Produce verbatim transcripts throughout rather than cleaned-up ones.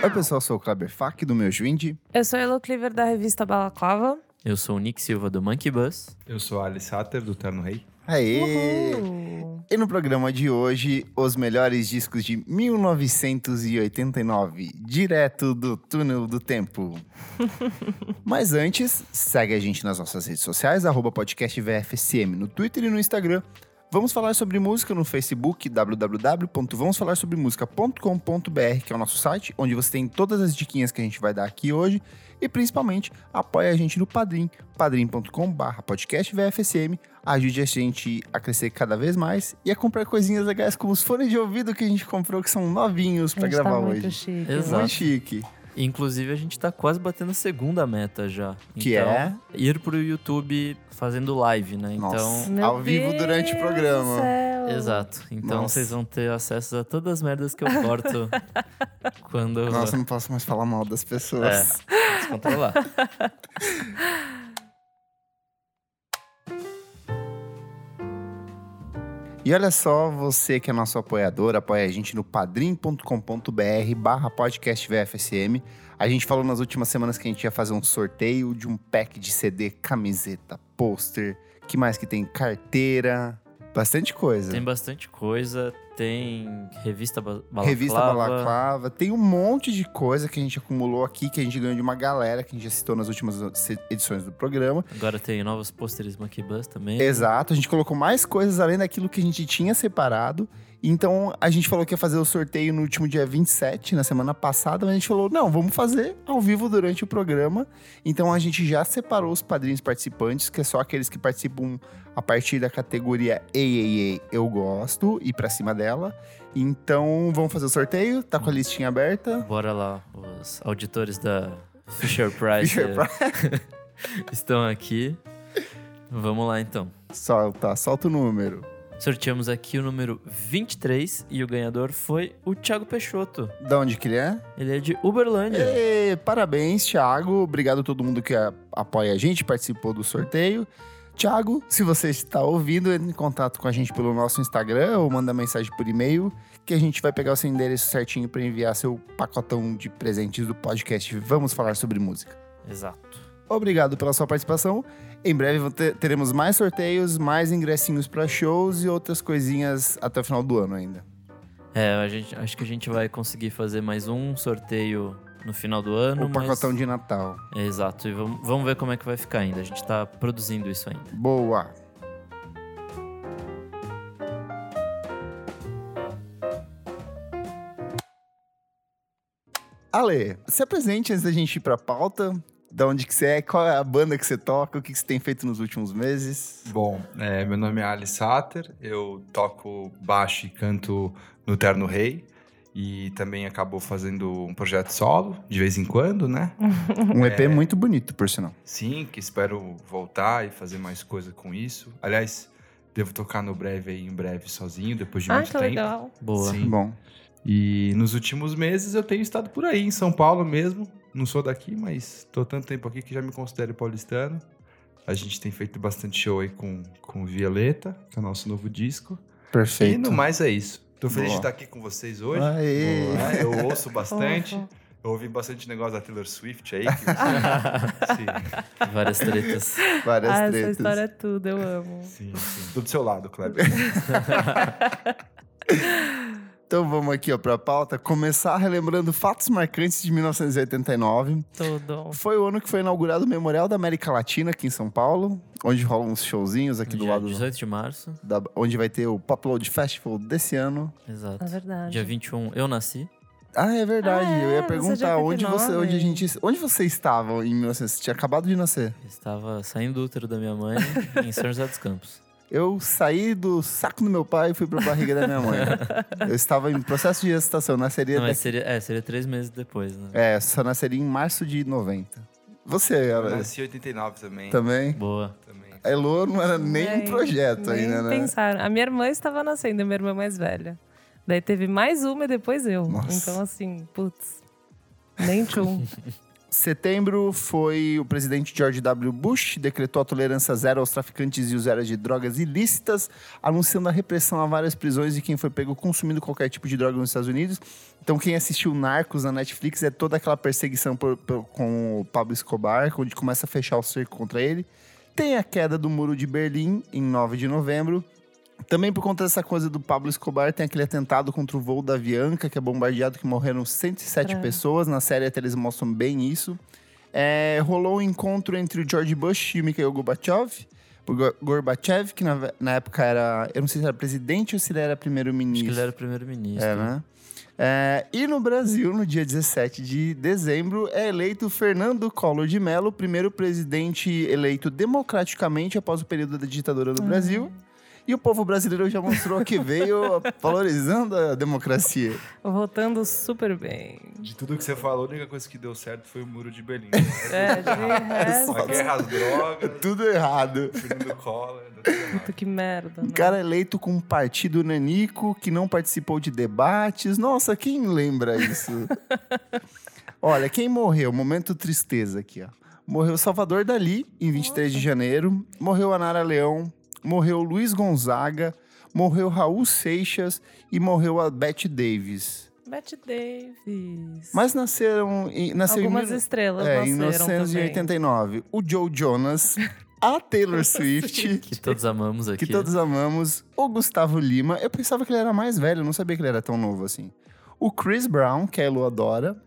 Oi, pessoal, eu sou o Kleber Fak, do Meu Juinde. Eu sou a Elo Cleaver, da revista Balaclava. Eu sou o Nick Silva, do Monkey Bus. Eu sou a Alice Hatter, do Terno Rei. Aê! Uhul. E no programa de hoje, os melhores discos de mil novecentos e oitenta e nove, direto do túnel do tempo. Mas antes, segue a gente nas nossas redes sociais, arroba podcast V F S M, no Twitter e no Instagram. Vamos falar sobre música no Facebook, w w w ponto vamos falar sobre música ponto com ponto b r, que é o nosso site, onde você tem todas as diquinhas que a gente vai dar aqui hoje. E principalmente, apoie a gente no Padrim, padrim ponto com barra podcast V F S M. Ajude a gente a crescer cada vez mais e a comprar coisinhas legais como os fones de ouvido que a gente comprou, que são novinhos pra gravar tá hoje. Muito chique. Exato. Muito chique. Inclusive, a gente tá quase batendo a segunda meta já. Que então, é? Ir pro YouTube fazendo live, né? Nossa. Então, Meu Ao vivo Deus durante o programa. do céu. exato. Então, Nossa. vocês vão ter acesso a todas as merdas que eu corto quando... Nossa, eu não posso mais falar mal das pessoas. É, descontrolar. E olha só, você que é nosso apoiador, apoia a gente no padrim ponto com ponto b r barra podcast V F S M. A gente falou nas últimas semanas que a gente ia fazer um sorteio de um pack de C D, camiseta, pôster, que mais que tem? Carteira, bastante coisa. Tem bastante coisa. Tem revista ba- balaclava. Revista Balaclava, tem um monte de coisa que a gente acumulou aqui, que a gente ganhou de uma galera, que a gente já citou nas últimas edições do programa. Agora tem novos pôsteres Monkey Bus também. Exato, a gente colocou mais coisas além daquilo que a gente tinha separado. Então, a gente falou que ia fazer o sorteio no último dia vinte e sete, na semana passada, mas a gente falou, não, vamos fazer ao vivo durante o programa. Então, a gente já separou os padrinhos participantes, que é só aqueles que participam a partir da categoria Ei, Ei, Ei, Eu Gosto, e pra cima dela. Então, vamos fazer o sorteio, tá com a listinha aberta. Bora lá, os auditores da Fisher Price, Fisher Price. estão aqui. Vamos lá, então. Solta, solta o número. Sorteamos aqui o número vinte e três e o ganhador foi o Thiago Peixoto. Da onde que ele é? Ele é de Uberlândia. E, parabéns, Thiago. Obrigado a todo mundo que a- apoia a gente, participou do sorteio. Thiago, se você está ouvindo, entre em contato com a gente pelo nosso Instagram ou manda mensagem por e-mail, que a gente vai pegar o seu endereço certinho para enviar seu pacotão de presentes do podcast Vamos Falar Sobre Música. Exato. Obrigado pela sua participação. Em breve vou ter- teremos mais sorteios, mais ingressinhos para shows e outras coisinhas até o final do ano ainda. É, a gente, acho que a gente vai conseguir fazer mais um sorteio no final do ano. O pacotão mas... de Natal. É, exato. E vamos, vamos ver como é que vai ficar ainda. A gente tá produzindo isso ainda. Boa! Ale, se apresente antes da gente ir pra pauta. Da onde que você é, qual é a banda que você toca, o que que você tem feito nos últimos meses? Bom, é, meu nome é Alice Hatter, eu toco baixo e canto no Terno Rei. E também acabo fazendo um projeto solo, de vez em quando, né? Um E P muito bonito, por sinal. Sim, que espero voltar e fazer mais coisa com isso. Aliás, devo tocar no breve aí, em breve, sozinho, depois de Ah, muito que tempo. legal. Boa. Sim. Bom, E nos últimos meses eu tenho estado por aí, em São Paulo mesmo. Não sou daqui, mas tô tanto tempo aqui que já me considero paulistano. A gente tem feito bastante show aí com, com Violeta, que é o nosso novo disco. perfeito. E no mais é isso. Tô feliz Boa. de estar aqui com vocês hoje. Aê. Né? Eu ouço bastante. Fofo. Eu ouvi bastante negócio da Taylor Swift aí. Que você... sim, Várias tretas. Várias Ah, essa tretas. história é tudo, eu amo. sim, sim. Tô do seu lado, Kleber. Então vamos aqui ó, pra pauta. Começar relembrando fatos marcantes de mil novecentos e oitenta e nove. Tudo. Foi o ano que foi inaugurado o Memorial da América Latina aqui em São Paulo, onde rolam uns showzinhos aqui do Dia lado, dezoito de março. da, onde vai ter o Popload Festival desse ano. Exato. É verdade. Dia vinte e um, eu nasci. Ah, é verdade. Ah, é? Eu ia Você perguntar já onde teve você, nove? onde a gente, onde você estava em mil e novecentos? Você tinha acabado de nascer. Estava saindo do útero da minha mãe em São José dos Campos. Eu saí do saco do meu pai e fui pra barriga da minha mãe. Eu estava em processo de gestação, nasceria Não, mas daqui... seria, é, seria três meses depois, né? É, só nasceria em março de noventa. Você, Eu ela, nasci em oitenta e nove também. também? Boa. também. A Elô não era nem um Nem- projeto nem ainda, né? pensaram. A minha irmã estava nascendo, a minha irmã mais velha. Daí teve mais uma e depois eu. Nossa. Então, assim, putz, nem tchum. Setembro foi o presidente George W. Bush, decretou a tolerância zero aos traficantes e usuários de drogas ilícitas, anunciando a repressão a várias prisões de quem foi pego consumindo qualquer tipo de droga nos Estados Unidos. Então, quem assistiu Narcos na Netflix é toda aquela perseguição por, por, com o Pablo Escobar, onde começa a fechar o cerco contra ele. Tem a queda do Muro de Berlim, em nove de novembro. Também por conta dessa coisa do Pablo Escobar, tem aquele atentado contra o voo da Avianca, que é bombardeado, que morreram cento e sete Caramba. pessoas. Na série até eles mostram bem isso. É, rolou um encontro entre o George Bush e o Mikhail Gorbachev. O Go- Gorbachev, que na, na época era... Eu não sei se era presidente ou se ele era Acho primeiro-ministro. que ele era o primeiro-ministro. É, né? É, e no Brasil, no dia dezessete de dezembro, é eleito Fernando Collor de Mello, primeiro presidente eleito democraticamente após o período da ditadura no Brasil. E o povo brasileiro já mostrou que veio valorizando a democracia. Votando super bem. De tudo que você falou, a única coisa que deu certo foi o Muro de Berlim. É, de resto, A guerra às drogas, Tudo errado. Fernando Collor, deu tudo errado. puta, que merda, né? Um cara eleito com um partido nanico, que não participou de debates. Nossa, quem lembra isso? Olha, quem morreu? Momento tristeza aqui, ó. Morreu Salvador Dalí, em vinte e três de janeiro. Morreu a Nara Leão. Morreu Luiz Gonzaga. Morreu Raul Seixas. E morreu a Bette Davis. Bette Davis. Mas nasceram... em- Nasceu Algumas em, mil- estrelas é, em mil nasceram novecentos e oitenta e nove. O Joe Jonas. A Taylor Swift. Que todos amamos aqui. Que todos amamos. O Gustavo Lima. Eu pensava que ele era mais velho, eu não sabia que ele era tão novo assim. O Chris Brown, que a Elo adora.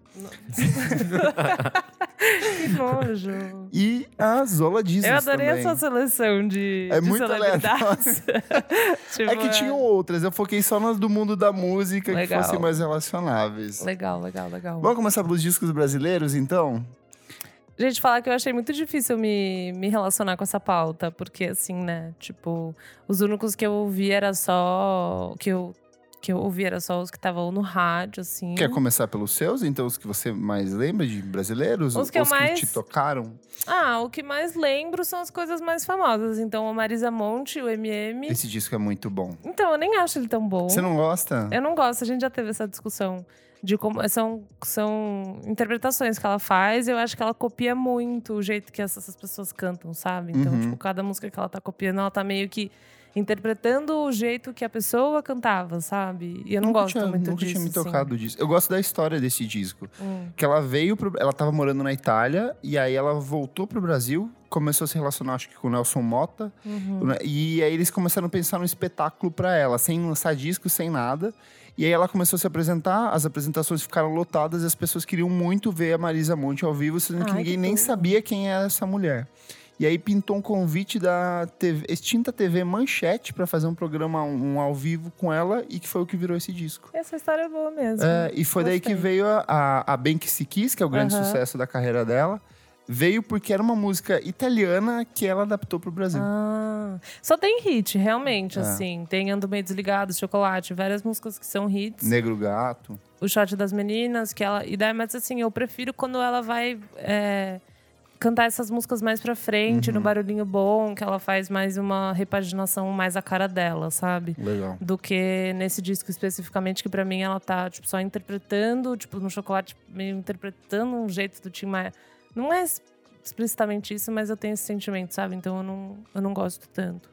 Que nojo. E a Zola Disney Eu adorei também. a sua seleção de, É de muito celebridades. Tipo, É que tinham outras, eu foquei só nas do mundo da música Legal. que fossem mais relacionáveis. Legal, legal, legal. Vamos começar pelos discos brasileiros, então? Gente, falar que eu achei muito difícil me, me relacionar com essa pauta. Porque, assim, né? Tipo, os únicos que eu ouvi era só... Que eu, que eu ouvi era só os que estavam no rádio, assim. Quer começar pelos seus, então, os que você mais lembra de brasileiros? Os que eu os mais- que te tocaram? Ah, o que mais lembro são as coisas mais famosas. Então, a Marisa Monte, o M M. Esse disco é muito bom. Então, eu nem acho ele tão bom. Você não gosta? Eu não gosto, a gente já teve essa discussão de como são, são interpretações que ela faz. Eu acho que ela copia muito o jeito que essas pessoas cantam, sabe? Então, Uhum. tipo, cada música que ela tá copiando, ela tá meio que interpretando o jeito que a pessoa cantava, sabe? E eu não Nunca gosto tinha, muito nunca disso. tinha me assim. tocado disso. Eu gosto da história desse disco. Hum. Que ela veio pro... Ela tava morando na Itália e aí ela voltou pro Brasil, começou a se relacionar, acho que com o Nelson Motta. Uhum. né? E aí eles começaram a pensar num espetáculo pra ela, sem lançar disco, sem nada. E aí ela começou a se apresentar, as apresentações ficaram lotadas e as pessoas queriam muito ver a Marisa Monte ao vivo, sendo que Ai, ninguém que nem tudo. sabia quem era essa mulher. E aí pintou um convite da T V, extinta T V Manchete pra fazer um programa, um, um ao vivo com ela, e que foi o que virou esse disco. Essa história é boa mesmo. É, e foi daí que Gostei. veio a, a, a Bem Que Se Quis, que é o grande Aham. sucesso da carreira dela. Veio porque era uma música italiana que ela adaptou pro Brasil. Ah, só tem hit, realmente, É. assim. Tem Ando Meio Desligado, Chocolate, várias músicas que são hits. Negro Gato. O Shot das Meninas, que ela... E daí, mas assim, eu prefiro quando ela vai é, cantar essas músicas mais pra frente, Uhum. no barulhinho bom, que ela faz mais uma repaginação mais a cara dela, sabe? Legal. Do que nesse disco especificamente, que pra mim ela tá, tipo, só interpretando, tipo, no Chocolate, meio interpretando um jeito do Tim Maia. Não é explicitamente isso, mas eu tenho esse sentimento, sabe? Então eu não, eu não gosto tanto.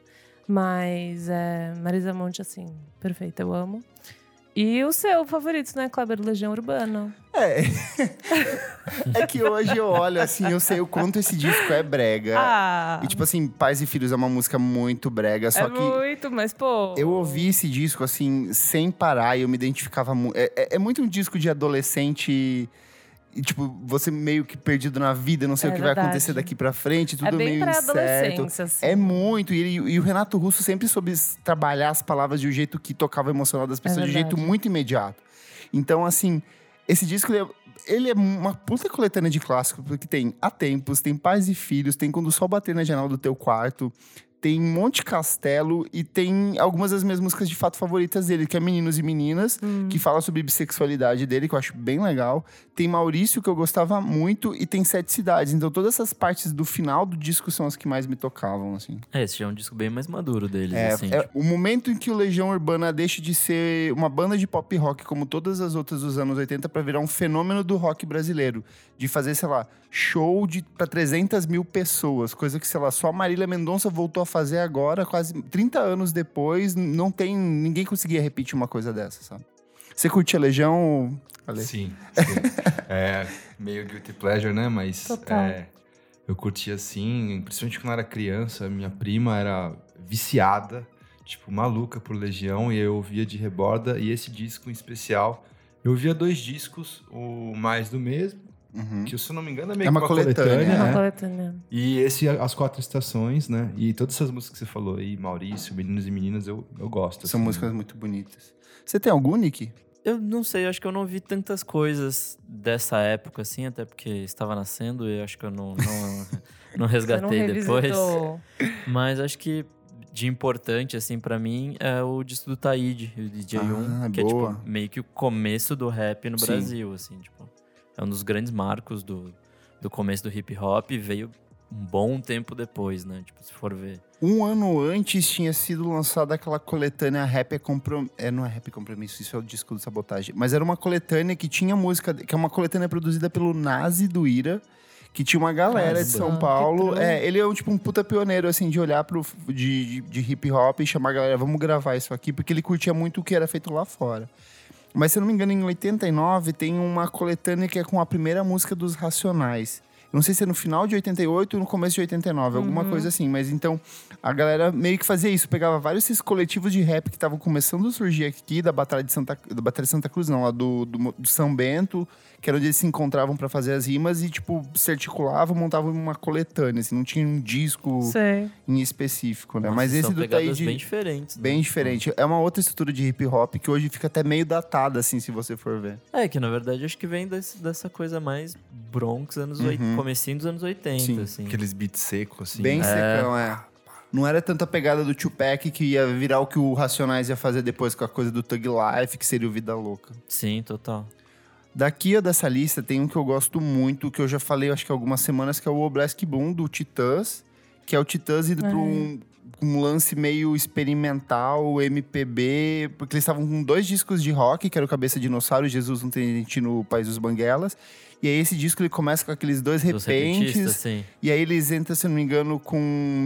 Mas é, Marisa Monte, assim, perfeita, eu amo. E o seu favorito, né, Kleber? Legião Urbana. É. É que hoje eu olho assim, eu sei o quanto esse disco é brega. Ah! E tipo assim, Pais e Filhos é uma música muito brega, só é que muito, mas pô... eu ouvi esse disco assim, sem parar, e eu me identificava muito. É, é- é muito um disco de adolescente. E, tipo, você meio que perdido na vida, não sei É o que vai verdade. acontecer daqui pra frente, tudo É bem meio incerto. pré-adolescência, assim. É muito. E, ele- e o Renato Russo sempre soube trabalhar as palavras de um jeito que tocava o emocional das pessoas, de um jeito verdade. muito imediato. Então, assim, esse disco, ele é, ele é uma puta coletânea de clássicos, porque tem Há Tempos, tem Pais e Filhos, tem Quando o Sol Bater na Janela do Teu Quarto, tem Monte Castelo e tem algumas das minhas músicas de fato favoritas dele, que é Meninos e Meninas, Hum. que fala sobre bissexualidade dele, que eu acho bem legal. Tem Maurício, que eu gostava muito, e tem Sete Cidades. Então todas essas partes do final do disco são as que mais me tocavam, assim. É, esse já é um disco bem mais maduro deles, É, assim. é tipo, o momento em que o Legião Urbana deixa de ser uma banda de pop rock, como todas as outras dos anos oitenta, pra virar um fenômeno do rock brasileiro. De fazer, sei lá, show de, pra trezentas mil pessoas. Coisa que, sei lá, só a Marília Mendonça voltou a fazer agora, quase trinta anos depois. Não tem... Ninguém conseguia repetir uma coisa dessa, sabe? Você curte a Legião, Ale? Sim, sim. É meio guilty pleasure, né? Mas Total. é, eu curti assim, principalmente quando eu era criança. Minha prima era viciada, tipo, maluca por Legião. E eu ouvia de reborda. E esse disco em especial, eu ouvia dois discos, o Mais do Mesmo, Uhum. que se eu não me engano é meio É que uma uma coletânea, coletânea, É uma né? coletânea. E esse, As Quatro Estações, né? E todas essas músicas que você falou aí, Maurício, Meninos e Meninas, eu, eu gosto. São assim. músicas muito bonitas. Você tem algum, Nick? Eu não sei, eu acho que eu não vi tantas coisas dessa época, assim, até porque estava nascendo e acho que eu não, não, não resgatei Você não depois. revisitou. Mas acho que de importante, assim, pra mim, é o disco do Taíde, o D J um, Ah, que boa. é, tipo, meio que o começo do rap no Sim. Brasil, assim, tipo. É um dos grandes marcos do, do começo do hip hop e veio um bom tempo depois, né? Tipo, se for ver. Um ano antes tinha sido lançada aquela coletânea Rap é Compromisso. É, não é Rap é Compromisso, isso é o disco do Sabotagem. Mas era uma coletânea que tinha música, que é uma coletânea produzida pelo Nazi do Ira, que tinha uma galera de Caramba. São Que Paulo. true. É, ele é um, tipo um puta pioneiro, assim, de olhar pro, de, de, de hip hop e chamar a galera, vamos gravar isso aqui, porque ele curtia muito o que era feito lá fora. Mas, se eu não me engano, em oitenta e nove tem uma coletânea que é com a primeira música dos Racionais. Eu não sei se é no final de oitenta e oito ou no começo de oitenta e nove, alguma coisa assim. Mas então, a galera meio que fazia isso. Pegava vários desses coletivos de rap que estavam começando a surgir aqui, da Batalha de Santa, da Batalha de Santa Cruz, não, lá do, do, do São Bento, que era onde eles se encontravam pra fazer as rimas e, tipo, se articulavam, montavam uma coletânea, assim. Não tinha um disco Sei. em específico, né? Nossa, Mas esse são do pegadas Taíde... bem diferentes. né? Bem diferente. É uma outra estrutura de hip hop que hoje fica até meio datada, assim, se você for ver. É, que na verdade acho que vem desse, dessa coisa mais Bronx, anos oitenta, Uhum. comecinho dos anos oitenta, Sim, assim. Aqueles beats secos, assim. Bem né? secão, é. Não era tanta pegada do Tupac que ia virar o que o Racionais ia fazer depois com a coisa do Thug Life, que seria o Vida Louca. Sim, total. Daqui, ó, dessa lista, tem um que eu gosto muito, que eu já falei, acho que há algumas semanas, que é o Obelisk Boom, do Titãs, que é o Titãs indo É. pra um, um lance meio experimental, M P B, porque eles estavam com dois discos de rock, que era o Cabeça Dinossauro e Jesus Não Tem Dente no País dos Banguelas. E aí esse disco ele começa com aqueles dois Dos repentes, repentistas, sim. e aí eles entram, se não me engano, com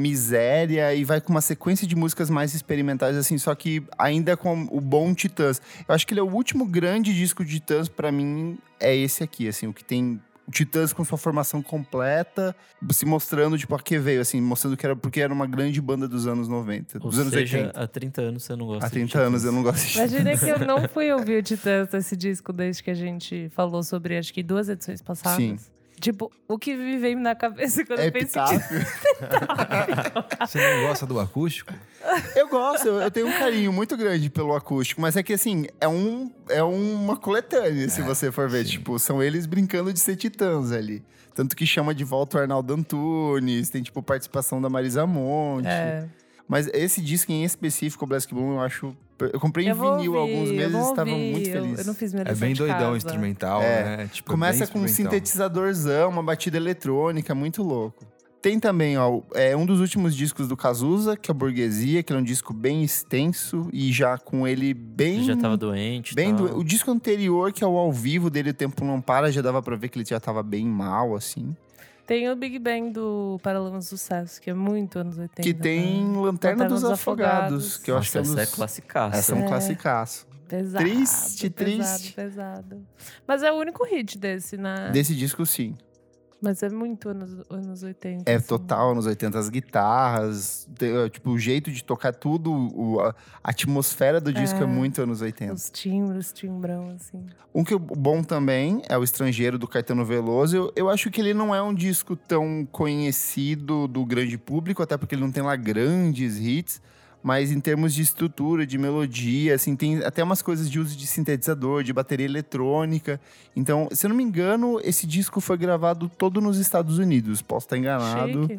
Miséria e vai com uma sequência de músicas mais experimentais, assim, só que ainda com o bom Titãs. Eu acho que ele é o último grande disco de Titãs, pra mim, é esse aqui, assim, o que tem o Titãs com sua formação completa, se mostrando, tipo, a que veio, assim, mostrando que era porque era uma grande banda dos anos noventa, Ou dos anos seja, oitenta. há trinta anos você não gosta Há de trinta anos eu não gosto de Imagina que eu não fui ouvir o Titãs esse disco desde que a gente falou sobre, acho que duas edições passadas. Sim. Tipo, o que me veio na cabeça quando É eu penso que epitáfio. Você não gosta do acústico? Eu gosto, eu, eu tenho um carinho muito grande pelo acústico, mas é que assim, é, um, é uma coletânea, se você for ver. Tipo, são eles brincando de ser titãs ali. Tanto que chama de volta o Arnaldo Antunes, tem tipo participação da Marisa Monte. É. Mas esse disco em específico, o Black Bloom, eu acho. Eu comprei em Eu vou vinil há ouvir, alguns eu meses vou e estava ouvir. muito Eu- feliz. Eu, não fiz minha É lição bem de doidão casa. instrumental, É. né? Tipo, é Começa bem com um experimental. sintetizadorzão, uma batida eletrônica, muito louco. Tem também, ó, é um dos últimos discos do Cazuza, que é a Burguesia, que é um disco bem extenso e já com ele bem... Ele já tava doente. Bem tal. do... O disco anterior, que é o ao vivo dele, O Tempo Não Para, já dava pra ver que ele já tava bem mal, assim. Tem o Big Bang do Paralamas do Sucesso, que é muito anos oitenta. Que tem né? Lanterna dos dos Afogados, Afogados. que eu acho que é um Nossa, dos... essa é classicaça. Essa é um É. classicaço. Pesado, Triste, pesado, triste. pesado. Mas é o único hit desse, né? Desse disco, sim. Mas é muito anos, anos oitenta. É assim. total, nos oitenta, as guitarras, te- tipo, o jeito de tocar tudo, o- a atmosfera do disco é, É. muito anos oitenta. Os timbres, timbrão, assim. Um que é bom também é o Estrangeiro, do Caetano Veloso. Eu, eu acho que ele não é um disco tão conhecido do grande público, até porque ele não tem lá grandes hits, mas em termos de estrutura, de melodia, assim, tem até umas coisas de uso de sintetizador, de bateria eletrônica. Então, se eu não me engano, esse disco foi gravado todo nos Estados Unidos. Posso estar enganado, Chique.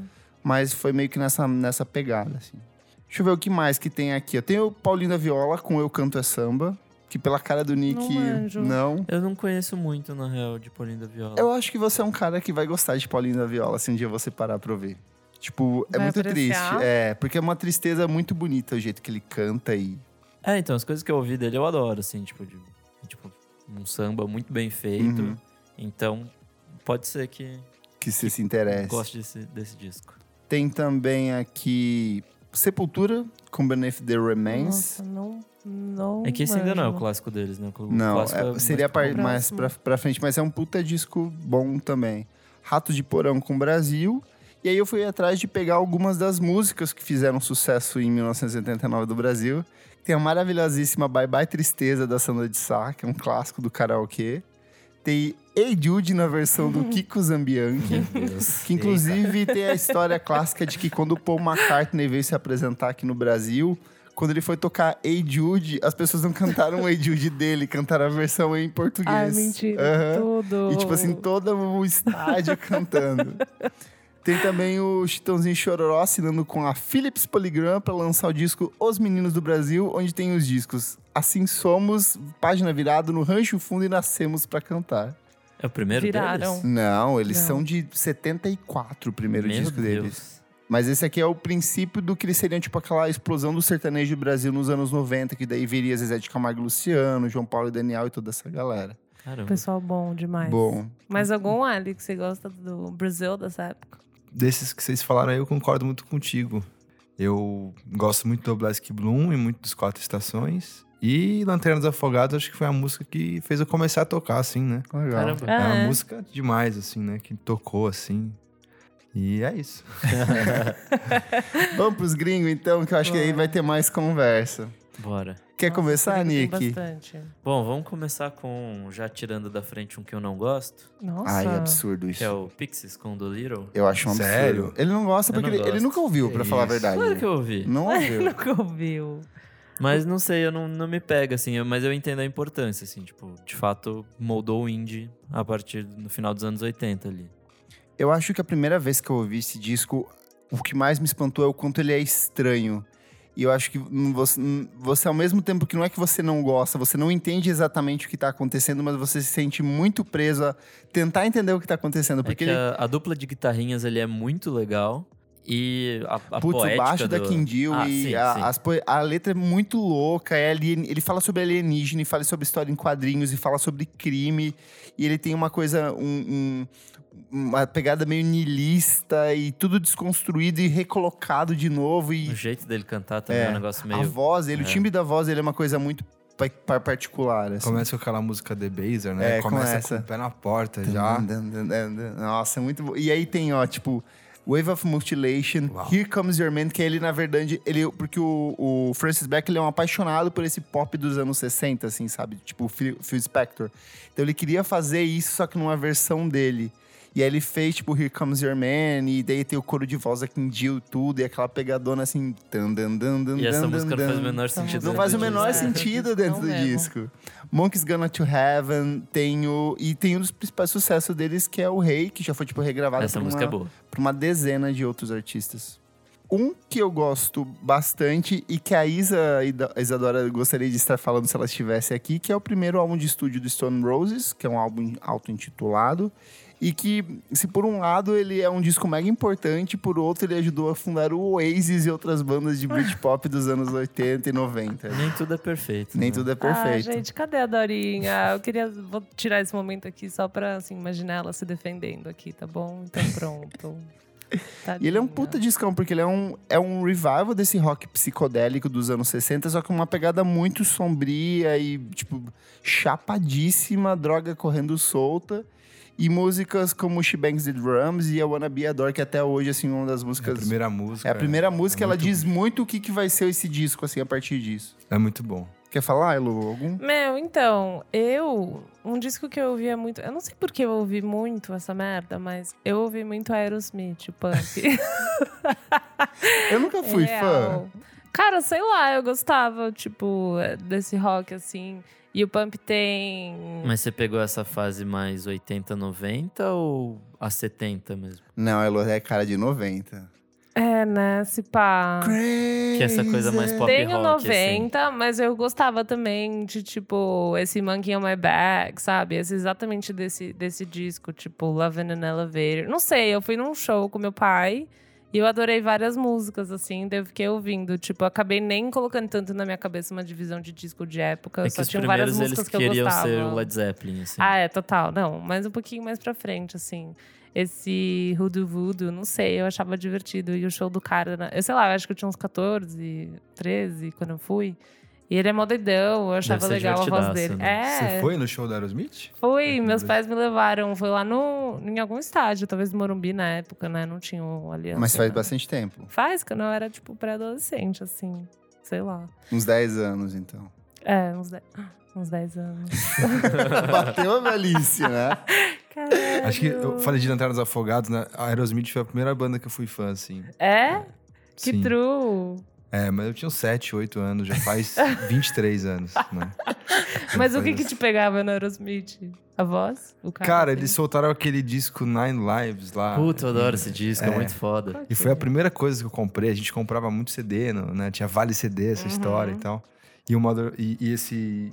Mas foi meio que nessa, nessa pegada, assim. Deixa eu ver o que mais que tem aqui. Eu tenho o Paulinho da Viola com Eu Canto é Samba, que pela cara do Nick, Não manjo. não. Eu não conheço muito, na real, de Paulinho da Viola. Eu acho que você é um cara que vai gostar de Paulinho da Viola, se um dia você parar pra ouvir. Tipo, é Vai muito apreciar? triste. É, porque é uma tristeza muito bonita o jeito que ele canta e... É, então, as coisas que eu ouvi dele eu adoro, assim, tipo, de, tipo um samba muito bem feito. Uhum. Então, pode ser que que você se interessa. goste desse, desse disco. Tem também aqui Sepultura, com Beneath the Remains. Nossa, não, não É que esse ainda não é o manjo. clássico deles, né? O Não, clássico é- mais seria a pro- parte mais próximo. pra, pra frente, mas é um puta disco bom também. Ratos de Porão com Brasil. E aí eu fui atrás de pegar algumas das músicas que fizeram sucesso em mil novecentos e oitenta e nove do Brasil. Tem a maravilhosíssima Bye Bye Tristeza, da Sandra de Sá, que é um clássico do karaokê. Tem Hey Jude na versão do Kiko Zambianchi. Meu Deus. Que inclusive tem a história clássica de que quando o Paul McCartney veio se apresentar aqui no Brasil, quando ele foi tocar Hey Jude, as pessoas não cantaram o Hey Jude dele, cantaram a versão em português. Ai, mentira, Aham. tudo. E tipo assim, todo o estádio cantando. Tem também o Chitãozinho Chororó assinando com a Philips Polygram para lançar o disco Os Meninos do Brasil, onde tem os discos Assim Somos, Página Virada, No Rancho Fundo e Nascemos para Cantar. É o primeiro Viraram. deles? Não, eles Não. são de setenta e quatro, o primeiro Meu disco Deus. deles. Mas esse aqui é o princípio do que eles seriam, tipo, aquela explosão do sertanejo do Brasil nos anos noventa, que daí viria Zezé de Camargo e Luciano, João Paulo e Daniel e toda essa galera. Caramba. Pessoal bom demais. Bom, Mas algum Ali que você gosta do Brasil dessa época? Desses que vocês falaram aí, eu concordo muito contigo. Eu gosto muito do Black Bloom e muito dos Quatro Estações. E Lanternas Afogadas, acho que foi a música que fez eu começar a tocar, assim, né? legal. Caramba. É uma é. música demais, assim, né? Que tocou, assim. E é isso. Vamos pros gringos, então, que eu acho que aí Bora. vai ter mais conversa. Bora. Quer Nossa, começar, tem Nick? bastante. Bom, vamos começar com, já tirando da frente um que eu não gosto, Nossa. Ai, é absurdo que isso. é o Pixies com The Little. Eu acho um absurdo. Sério? Ele não gosta Eu porque não ele, ele gosto. nunca ouviu, pra Que falar a isso. verdade. Claro que eu ouvi. Não ouviu. Nunca ouviu. Mas não sei, eu não, não me pega, assim, eu- mas eu entendo a importância, assim, tipo, de fato, moldou o indie a partir do final dos anos oitenta ali. Eu acho que a primeira vez que eu ouvi esse disco, o que mais me espantou é o quanto ele é estranho. E eu acho que hum, você, hum, você, ao mesmo tempo que não é que você não gosta, você não entende exatamente o que tá acontecendo, mas você se sente muito preso a tentar entender o que tá acontecendo. É Porque que ele, a, a dupla de guitarrinhas ali é muito legal e a, a putz, o poética baixo da do... Kindle Ah, e sim, a, sim. as poe- a letra é muito louca. É alien, ele fala sobre alienígena, e fala sobre história em quadrinhos, e fala sobre crime. E ele tem uma coisa, um- um- uma pegada meio niilista e tudo desconstruído e recolocado de novo. E O jeito dele cantar também é, É, um negócio a meio... voz dele, é. o timbre da voz dele é uma coisa muito pa- pa- particular. Assim. Começa com aquela música The Baser, né? É, Começa começa. com o pé na porta já. Nossa, é muito bom. E aí tem, ó, tipo, Wave of Mutilation, Uau. Here Comes Your Man, que ele, na verdade, ele, porque o, o Francis Beck, ele é um apaixonado por esse pop dos anos sessenta, assim, sabe? Tipo, o Phil, Phil Spector. Então ele queria fazer isso, só que numa versão dele. E aí ele fez, tipo, Here Comes Your Man, e daí tem o coro de voz da Kim Jill, tudo, e aquela pegadona assim... Dan, dan, dan, dan, E essa dan, música dan, não faz o dan. menor Essa sentido. Não música faz o dentro menor disso. É, sentido dentro não do mesmo. disco. Monkeys Gonna to Heaven, tem o... E tem um dos principais sucessos deles, que é o Rei, que já foi, tipo, regravado Essa por, música uma, é boa. por uma dezena de outros artistas. Um que eu gosto bastante e que a Isa e da- a Isadora gostaria de estar falando se ela estivesse aqui, que é o primeiro álbum de estúdio do Stone Roses, que é um álbum auto-intitulado. E que, se por um lado ele é um disco mega importante, por outro ele ajudou a fundar o Oasis e outras bandas de Britpop dos anos oitenta e noventa. Nem tudo é perfeito. Nem né? tudo é Ah, perfeito. gente, cadê a Dorinha? Eu queria... Vou tirar esse momento aqui só pra, assim, imaginar ela se defendendo aqui, tá bom? Então pronto. E ele é um Tadinha. puta discão, porque ele é um, é um revival desse rock psicodélico dos anos sessenta, só com uma pegada muito sombria e, tipo, chapadíssima, droga correndo solta. E músicas como She Bangs the Drums e I Wanna Be a Door, que até hoje, assim, uma das É a músicas... primeira música. É a primeira música, é ela muito- diz muito o que, que vai ser esse disco, assim, a partir disso. É muito bom. Quer falar, Elo? Algum? Meu, então, eu... Um disco que eu ouvia muito... Eu não sei por que eu ouvi muito essa merda, mas eu ouvi muito Aerosmith, o Pump. Eu nunca fui É fã. real. Cara, sei lá, eu gostava, tipo, desse rock, assim. E o Pump tem... Mas você pegou essa fase mais oitenta, noventa ou a setenta mesmo? Não, Elo é cara de noventa. É, né? Se pá. Crazy. Que essa coisa mais pop Tenho rock, noventa, mas eu gostava também de, tipo, esse Monkey on My Back, sabe? Esse, exatamente desse, desse disco, tipo, Love in an Elevator. Não sei, eu fui num show com meu pai e eu adorei várias músicas, assim, daí eu fiquei ouvindo. Tipo, eu acabei nem colocando tanto na minha cabeça uma divisão de disco de época. É Só que os tinham várias primeiros músicas eles que eu queriam gostava. ser o Led Zeppelin, assim. Ah, é, total. Não, mas um pouquinho mais pra frente, assim. Esse Hoodoo Voodoo, não sei, eu achava divertido. E o show do cara, né? Eu sei lá, eu acho que eu tinha uns catorze, treze quando eu fui. E ele é mó doidão, eu achava ser legal a voz divertidaço, dele. né? É. Você foi no show da Aerosmith? Fui, meus pais me levaram. Foi lá no, em algum estádio, talvez no Morumbi na época, né? Não tinha um aliança. Mas faz né? bastante tempo. Faz, quando eu era, tipo, pré-adolescente, assim. Sei lá. Uns dez anos, então. É, uns dez, uns dez anos. Bateu a velhice, né? Caralho. Acho que eu falei de Lanternas Afogados, né? A Aerosmith foi a primeira banda que eu fui fã, assim. É? Que Sim. true. É, mas eu tinha uns sete, oito anos, já faz vinte e três anos, né? Mas o que Faz- que te pegava no Aerosmith? A voz? O cara? Cara, assim? eles soltaram aquele disco Nine Lives lá. Puta, eu adoro esse disco, é, É. muito foda. E foi a primeira coisa que eu comprei. A gente comprava muito C D, no- né? Tinha Vale C D, essa Uhum. história e tal. E, o Mother, e, e esse...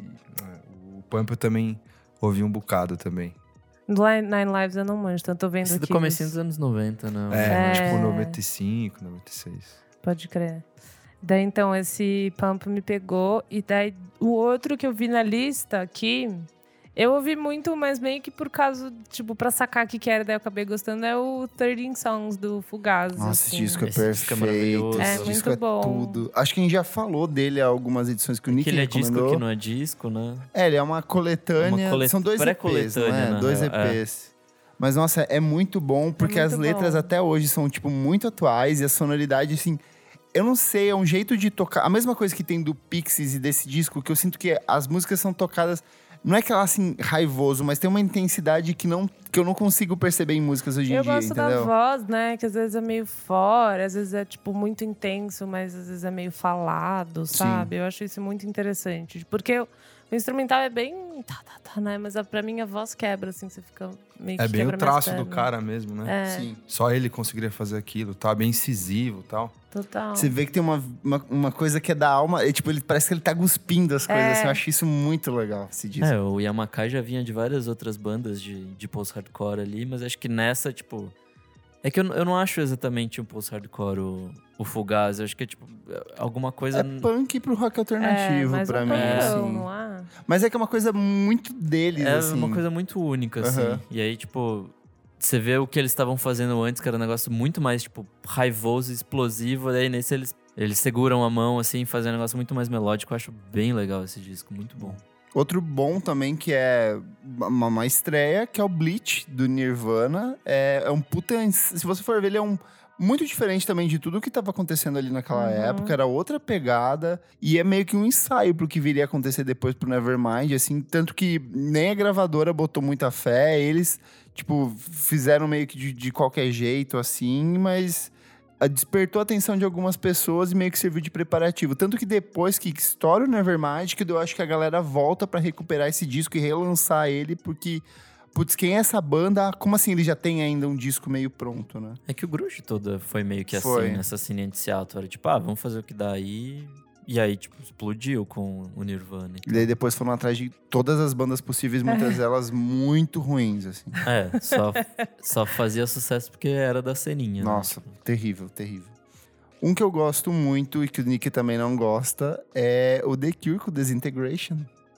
O Pump eu também ouvi um bocado também. Line- Nine Lives eu não manjo, então tô vendo Esse do aqui. comecinho os- dos anos noventa, não. É, É. tipo noventa e cinco, noventa e seis. Pode crer. Daí, então, esse Pump me pegou. E daí, o outro que eu vi na lista aqui... Eu ouvi muito, mas meio que por causa... Tipo, pra sacar o que que era, daí eu acabei gostando. É o thirteen Songs, do Fugazi. Nossa, assim. esse disco é Esse disco é perfeito. maravilhoso. Esse É disco muito é bom. tudo. Acho que a gente já falou dele em algumas edições que o Nick Que ele é disco recomendou. que não é disco, né? É, ele é uma coletânea. Uma colet- São dois E Pês, não pré-coletânea, é? na Dois real, é. E Pês. Mas, nossa, é muito bom, porque muito as letras bom. até hoje são, tipo, muito atuais. E a sonoridade, assim... Eu não sei, é um jeito de tocar... A mesma coisa que tem do Pixies e desse disco, que eu sinto que as músicas são tocadas... Não é aquela, assim, raivoso, mas tem uma intensidade que, não, que eu não consigo perceber em músicas hoje em Eu dia, gosto entendeu? da voz, né? Que às vezes é meio fora, às vezes é, tipo, muito intenso, mas às vezes é meio falado, sabe? Eu acho isso muito interessante. Porque o, o instrumental é bem... Tá, tá, tá, né? Mas a- pra mim a voz quebra, assim, você fica meio que É bem o quebra minhas traço do pernas. cara mesmo, né? É, Sim. Só ele conseguiria fazer aquilo, tá? Bem incisivo e tal. total. Você vê que tem uma, uma, uma coisa que é da alma. E, tipo, ele parece que ele tá cuspindo as coisas. É. Assim, eu acho isso muito legal, esse disco. É, o Yamakai já vinha de várias outras bandas de, de post-hardcore ali, mas acho que nessa, tipo... É que eu, eu não acho exatamente um post-hardcore o, o Fugazi. Eu acho que é, tipo, alguma coisa... É punk pro rock alternativo, é, pra um mim, punkão, assim. não é? Mas é que é uma coisa muito deles, É assim. uma coisa muito única, assim. Aham. E aí, tipo... Você vê o que eles estavam fazendo antes, que era um negócio muito mais, tipo, raivoso, explosivo. Daí nesse eles, eles seguram a mão, assim, fazem um negócio muito mais melódico. Eu acho bem legal esse disco, muito bom. Outro bom também, que é uma, uma estreia, que é o Bleach, do Nirvana. É, é um puta... Se você for ver, ele é um... Muito diferente também de tudo que estava acontecendo ali naquela Uhum. época. Era outra pegada. E é meio que um ensaio pro que viria a acontecer depois pro Nevermind, assim. Tanto que nem a gravadora botou muita fé. Eles, tipo, fizeram meio que de, de qualquer jeito, assim. Mas ah, despertou a atenção de algumas pessoas e meio que serviu de preparativo. Tanto que depois que estoura o Nevermind, que eu acho que a galera volta pra recuperar esse disco e relançar ele, porque... Putz, quem é essa banda? Como assim ele já tem ainda um disco meio pronto, né? É que o Grunge toda foi meio que Foi. assim, nessa cena de Seattle. Era tipo, ah, vamos fazer o que dá aí. E aí, tipo, explodiu com o Nirvana. E daí depois foram atrás de todas as bandas possíveis, muitas delas muito ruins, assim. É, só, só fazia sucesso porque era da ceninha. né? Nossa, terrível, terrível. Um que eu gosto muito e que o Nick também não gosta é o The Cure com Disintegration.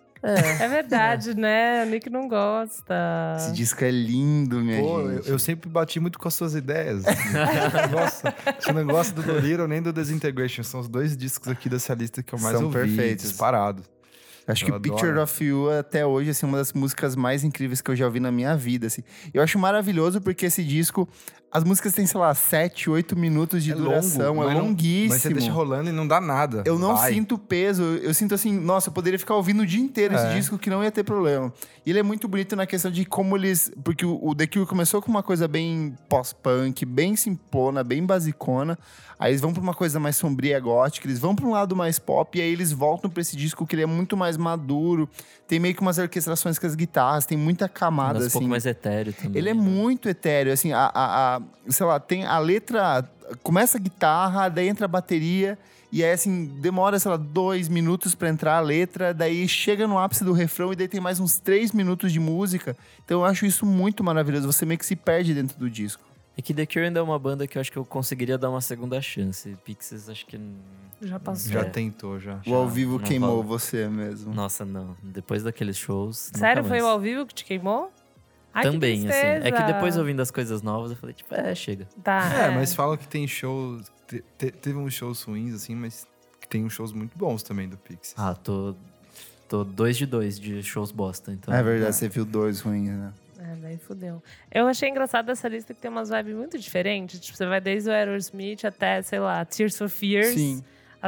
É verdade, né? O Nick não gosta. Esse disco é lindo, minha Pô, eu, gente. eu sempre bati muito com as suas ideias. Nossa, você não gosta do The Little nem do Disintegration. São os dois discos aqui dessa lista que eu mais São ouvi, perfeitos. disparado. Acho Eu que adoro. Picture of You até hoje assim, é uma das músicas mais incríveis que eu já ouvi na minha vida. Assim. Eu acho maravilhoso porque esse disco, as músicas têm, sei lá, sete, oito minutos de É duração, longo, é mas não- longuíssimo. Mas você deixa rolando e não dá nada. Eu não Vai. sinto peso, eu sinto assim, nossa, eu poderia ficar ouvindo o dia inteiro esse É. disco que não ia ter problema. E ele é muito bonito na questão de como eles... Porque o, o The Cure começou com uma coisa bem pós-punk, bem simplona, bem basicona. Aí eles vão pra uma coisa mais sombria, gótica, eles vão pra um lado mais pop, e aí eles voltam pra esse disco que ele é muito mais maduro. Tem meio que umas orquestrações com as guitarras, tem muita camada, Mas um assim. pouco mais etéreo também. Ele é né? muito etéreo, assim, a, a, a, sei lá, tem a letra, começa a guitarra, daí entra a bateria, e aí, assim, demora, sei lá, dois minutos pra entrar a letra, daí chega no ápice do refrão e daí tem mais uns três minutos de música. Então eu acho isso muito maravilhoso, você meio que se perde dentro do disco. É que The Cure ainda é uma banda que eu acho que eu conseguiria dar uma segunda chance. Pixies, acho que... Já passou. Já É. tentou, já. O ao vivo não queimou rola. você mesmo. Nossa, não. Depois daqueles shows... Sério, nunca foi o mais. ao vivo que te queimou? Ai, Também, que assim. É que tristeza. depois ouvindo as coisas novas, eu falei, tipo, é, chega. Tá, É, mas falam que tem shows... te- te- teve uns shows ruins, assim, mas que tem uns shows muito bons também do Pixies. Ah, tô... Tô dois de dois de shows bosta, então... É verdade, você viu dois ruins, né? É, daí fudeu. Eu achei engraçado essa lista que tem umas vibes muito diferentes. Tipo, você vai desde o Aerosmith até, sei lá, Tears for Fears. Sim.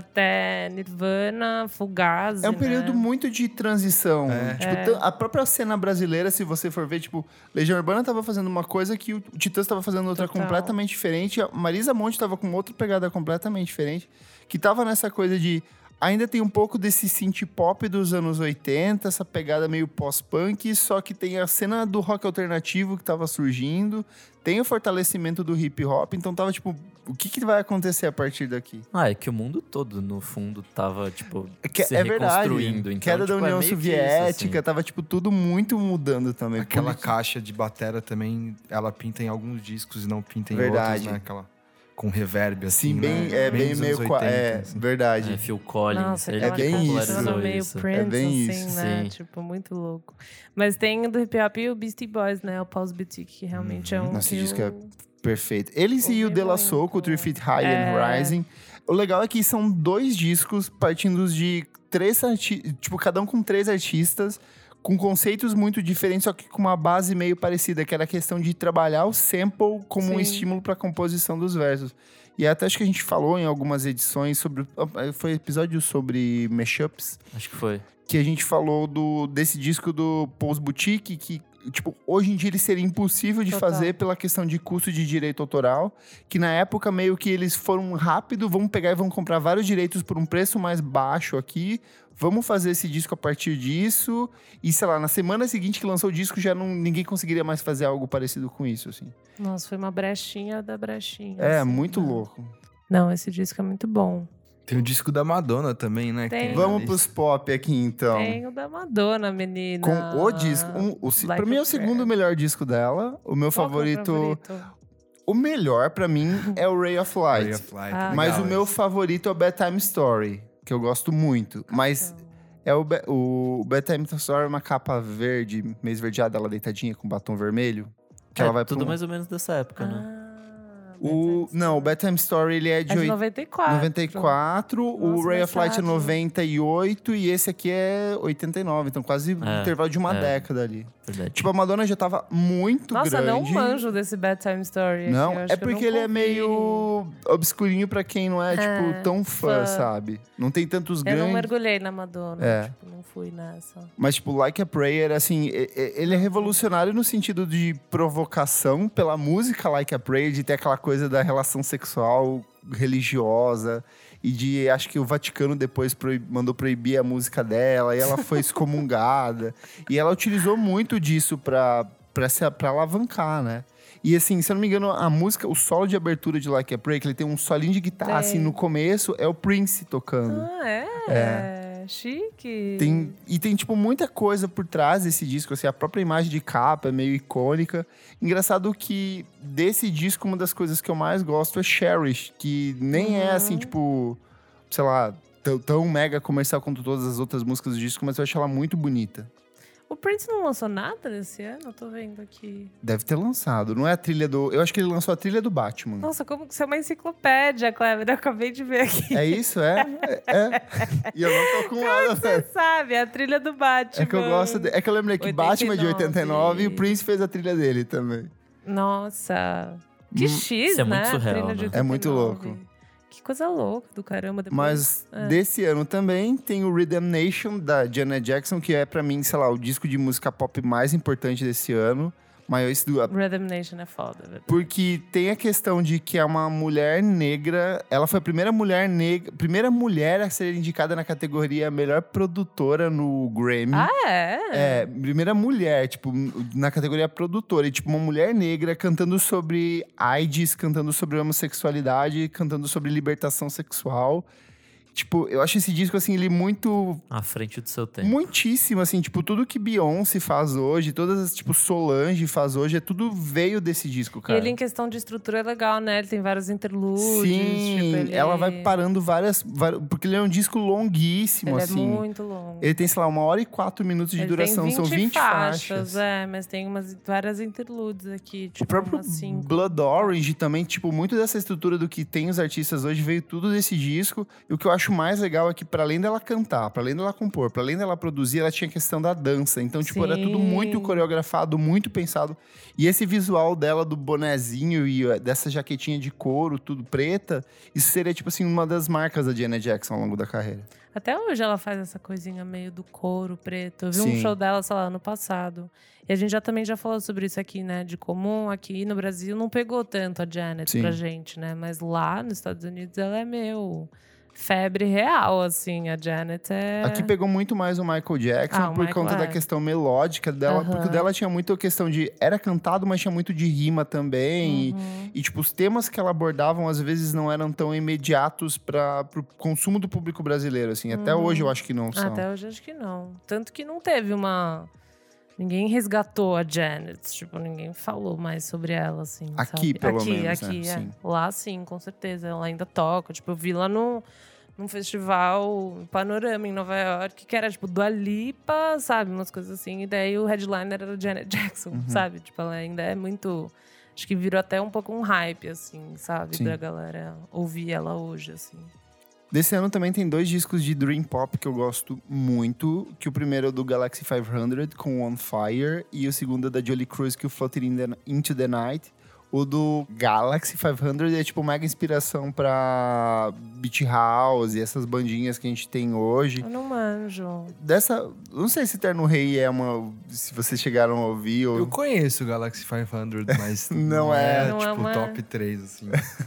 Até Nirvana, Fugazi, É um período né? muito de transição. É. Tipo, É. t- a própria cena brasileira, se você for ver, tipo, Legião Urbana tava fazendo uma coisa que o Titãs tava fazendo outra Total. completamente diferente. A Marisa Monte tava com outra pegada completamente diferente. Que tava nessa coisa de... Ainda tem um pouco desse synth pop dos anos oitenta, essa pegada meio pós-punk, só que tem a cena do rock alternativo que tava surgindo, tem o fortalecimento do hip hop, então tava tipo, o que, que vai acontecer a partir daqui? Ah, é que o mundo todo, no fundo, tava, tipo, Que- se é verdade. reconstruindo. Então, Queda da tipo, é União meio que Soviética, isso, assim. tava tipo tudo muito mudando também. Aquela Politi- caixa de batera também, ela pinta em alguns discos e não pinta em Verdade. outros, né? Aquela com reverb, assim, Sim, bem, né? é bem dos meio... anos qua- oitenta, é, assim. verdade. É, Phil Collins, Nossa, ele é aquela bem caixa isso. funcionando meio isso. Prince, É bem assim, isso. né? Sim. Tipo, muito louco. Mas tem do hip hop e o Beastie Boys, né? O Pulse Boutique, que realmente é um Nossa, que esse disco eu... é Perfeito. Eles e o Ouvi De La muito. Soul com o Three Feet High É. and Rising. O legal é que são dois discos partindo de três artistas, tipo, cada um com três artistas, com conceitos muito diferentes, só que com uma base meio parecida, que era a questão de trabalhar o sample como um Sim. estímulo para a composição dos versos. E até acho que a gente falou em algumas edições sobre... Foi episódio sobre mashups, Acho que foi. que a gente falou do, desse disco do Pulse Boutique, que, tipo, hoje em dia ele seria impossível de Total. fazer pela questão de custo de direito autoral, que na época meio que eles foram rápido, vamos pegar e vamos comprar vários direitos por um preço mais baixo aqui, vamos fazer esse disco a partir disso, e sei lá, na semana seguinte que lançou o disco, já não, ninguém conseguiria mais fazer algo parecido com isso, assim. Nossa, foi uma brechinha da brechinha. É, assim, muito né? louco. Não, esse disco é muito bom. Tem o disco da Madonna também, né? que Tem. na Vamos lista. pros pop aqui, então. Tem o da Madonna, menina. Com o disco. Um, o, se- Like pra mim é a o segundo Prayer. melhor disco dela. O meu Qual que é o favorito... favorito? O melhor, pra mim, é o Ray of Light. Ray of Light, Ah. legal Mas o meu esse. favorito é o Bedtime Story, que eu gosto muito. Mas é o, Be- o Bedtime Story é uma capa verde, meio esverdeada, ela deitadinha com batom vermelho. Que É, ela vai tudo pro... mais ou menos dessa época, né? Ah, o... Não, o Bedtime Story ele é de, é de oit- noventa e quatro. noventa e quatro, o Nossa, Ray mais of Light é tarde. noventa e oito e esse aqui é oitenta e nove. Então quase um É, intervalo de uma é. década ali. Verdade. Tipo, a Madonna já tava muito Nossa, grande. não manjo desse Bedtime Story. aqui, Não, eu acho é que eu porque ele nunca é meio ouvi. obscurinho pra quem não é, É, tipo, tão fã, fã. sabe? Não tem tantos Eu não grandes. mergulhei na Madonna. É. Tipo, não fui nessa. Mas, tipo, Like a Prayer, assim, e- e- ele é revolucionário no sentido de provocação pela música Like a Prayer, de ter aquela coisa da relação sexual religiosa e de, acho que o Vaticano depois proib- mandou proibir a música dela e ela foi excomungada. E ela utilizou muito disso pra, pra, se, pra alavancar, né? E assim, se eu não me engano, a música, o solo de abertura de Like a Prayer, que ele tem um solinho de guitarra, Tem. assim, no começo, é o Prince tocando. Ah, é? Chique. Tem, e tem, tipo, muita coisa por trás desse disco, assim, a própria imagem de capa é meio icônica. Engraçado que, desse disco, uma das coisas que eu mais gosto é Cherish, que nem é, assim, tipo, sei lá, tão, tão mega comercial quanto todas as outras músicas do disco, mas eu acho ela muito bonita. O Prince não lançou nada nesse ano? Eu tô vendo aqui. Deve ter lançado, não é a trilha do... Eu acho que ele lançou a trilha do Batman. Nossa, como que você é uma enciclopédia, Cleber? Eu acabei de ver aqui. É isso, é? É. é. E eu não tô com nada, Você velho. sabe, a trilha do Batman. É que eu gosto... De... É que eu lembrei que Batman é de oitenta e nove e o Prince fez a trilha dele também. Nossa. Que Hum, X, isso é né? muito surreal, A trilha de né? É muito oitenta e nove. louco. Que coisa louca do caramba. Depois... Mas É. desse ano também tem o Rhythm Nation, da Janet Jackson, que é pra mim, sei lá, o disco de música pop mais importante desse ano. Maior isso do... Rhythm Nation é foda, verdade. Porque tem a questão de que é uma mulher negra. Ela foi a primeira mulher negra, primeira mulher a ser indicada na categoria melhor produtora no Grammy. Ah, é? É, primeira mulher, tipo, na categoria produtora. E, tipo, uma mulher negra cantando sobre AIDS, cantando sobre homossexualidade, cantando sobre libertação sexual. Tipo, eu acho esse disco, assim, ele muito... À frente do seu tempo. Muitíssimo, assim, tipo, tudo que Beyoncé faz hoje, todas as, tipo, Solange faz hoje, é tudo veio desse disco, cara. E ele, em questão de estrutura, é legal, né? Ele tem vários interlúdios. Sim, tipo, ele... ela vai parando várias, várias... Porque ele é um disco longuíssimo, ele assim. é muito longo. Ele tem, sei lá, uma hora e quatro minutos de ele duração, tem vinte são vinte faixas. faixas. É, mas tem umas, várias interludes aqui, tipo, O próprio umas cinco. Blood Orange também, tipo, muito dessa estrutura do que tem os artistas hoje veio tudo desse disco. E o que eu acho mais legal é que, para além dela cantar, para além dela compor, para além dela produzir, ela tinha a questão da dança. Então, tipo, Sim. era tudo muito coreografado, muito pensado. E esse visual dela do bonezinho e uh, dessa jaquetinha de couro, tudo preta, isso seria, tipo assim, uma das marcas da Janet Jackson ao longo da carreira. Até hoje ela faz essa coisinha meio do couro preto. Eu vi Sim. um show dela, sei lá, ano passado. E a gente já também já falou sobre isso aqui, né? De como aqui no Brasil não pegou tanto a Janet Sim. pra gente, né? Mas lá nos Estados Unidos ela é meio febre real, assim. A Janet é... Aqui pegou muito mais o Michael Jackson Ah, o por Michael, conta é. da questão melódica dela. Aham. Porque o dela tinha muito a questão de... Era cantado, mas tinha muito de rima também. Uhum. E, e, tipo, os temas que ela abordavam, às vezes, não eram tão imediatos para o consumo do público brasileiro, assim. Até Uhum. hoje, eu acho que não são. Até hoje acho que não. Tanto que não teve uma... Ninguém resgatou a Janet. Tipo, ninguém falou mais sobre ela, assim, Aqui, sabe? pelo aqui, menos, né? Aqui, é. Sim. Lá, sim, com certeza. Ela ainda toca. Tipo, eu vi lá no... num festival Panorama em Nova York, que era tipo Dua Lipa, sabe? Umas coisas assim. E daí o headliner era Janet Jackson, Uhum. sabe? Tipo, ela ainda é muito... Acho que virou até um pouco um hype, assim, sabe? Sim. Pra galera ouvir ela hoje, assim. Desse ano também tem dois discos de Dream Pop que eu gosto muito. Que o primeiro é do Galaxy quinhentos, com On Fire. E o segundo é da Jolie Cruz, que é o Floating in the- Into the Night. O do Galaxy quinhentos é tipo mega inspiração pra Beach House e essas bandinhas que a gente tem hoje. Eu não manjo. Dessa, não sei se Terno Rei é uma, se vocês chegaram a ouvir ou Eu conheço o Galaxy quinhentos, mas Não não, é. é, Não é tipo, uma- top três, assim.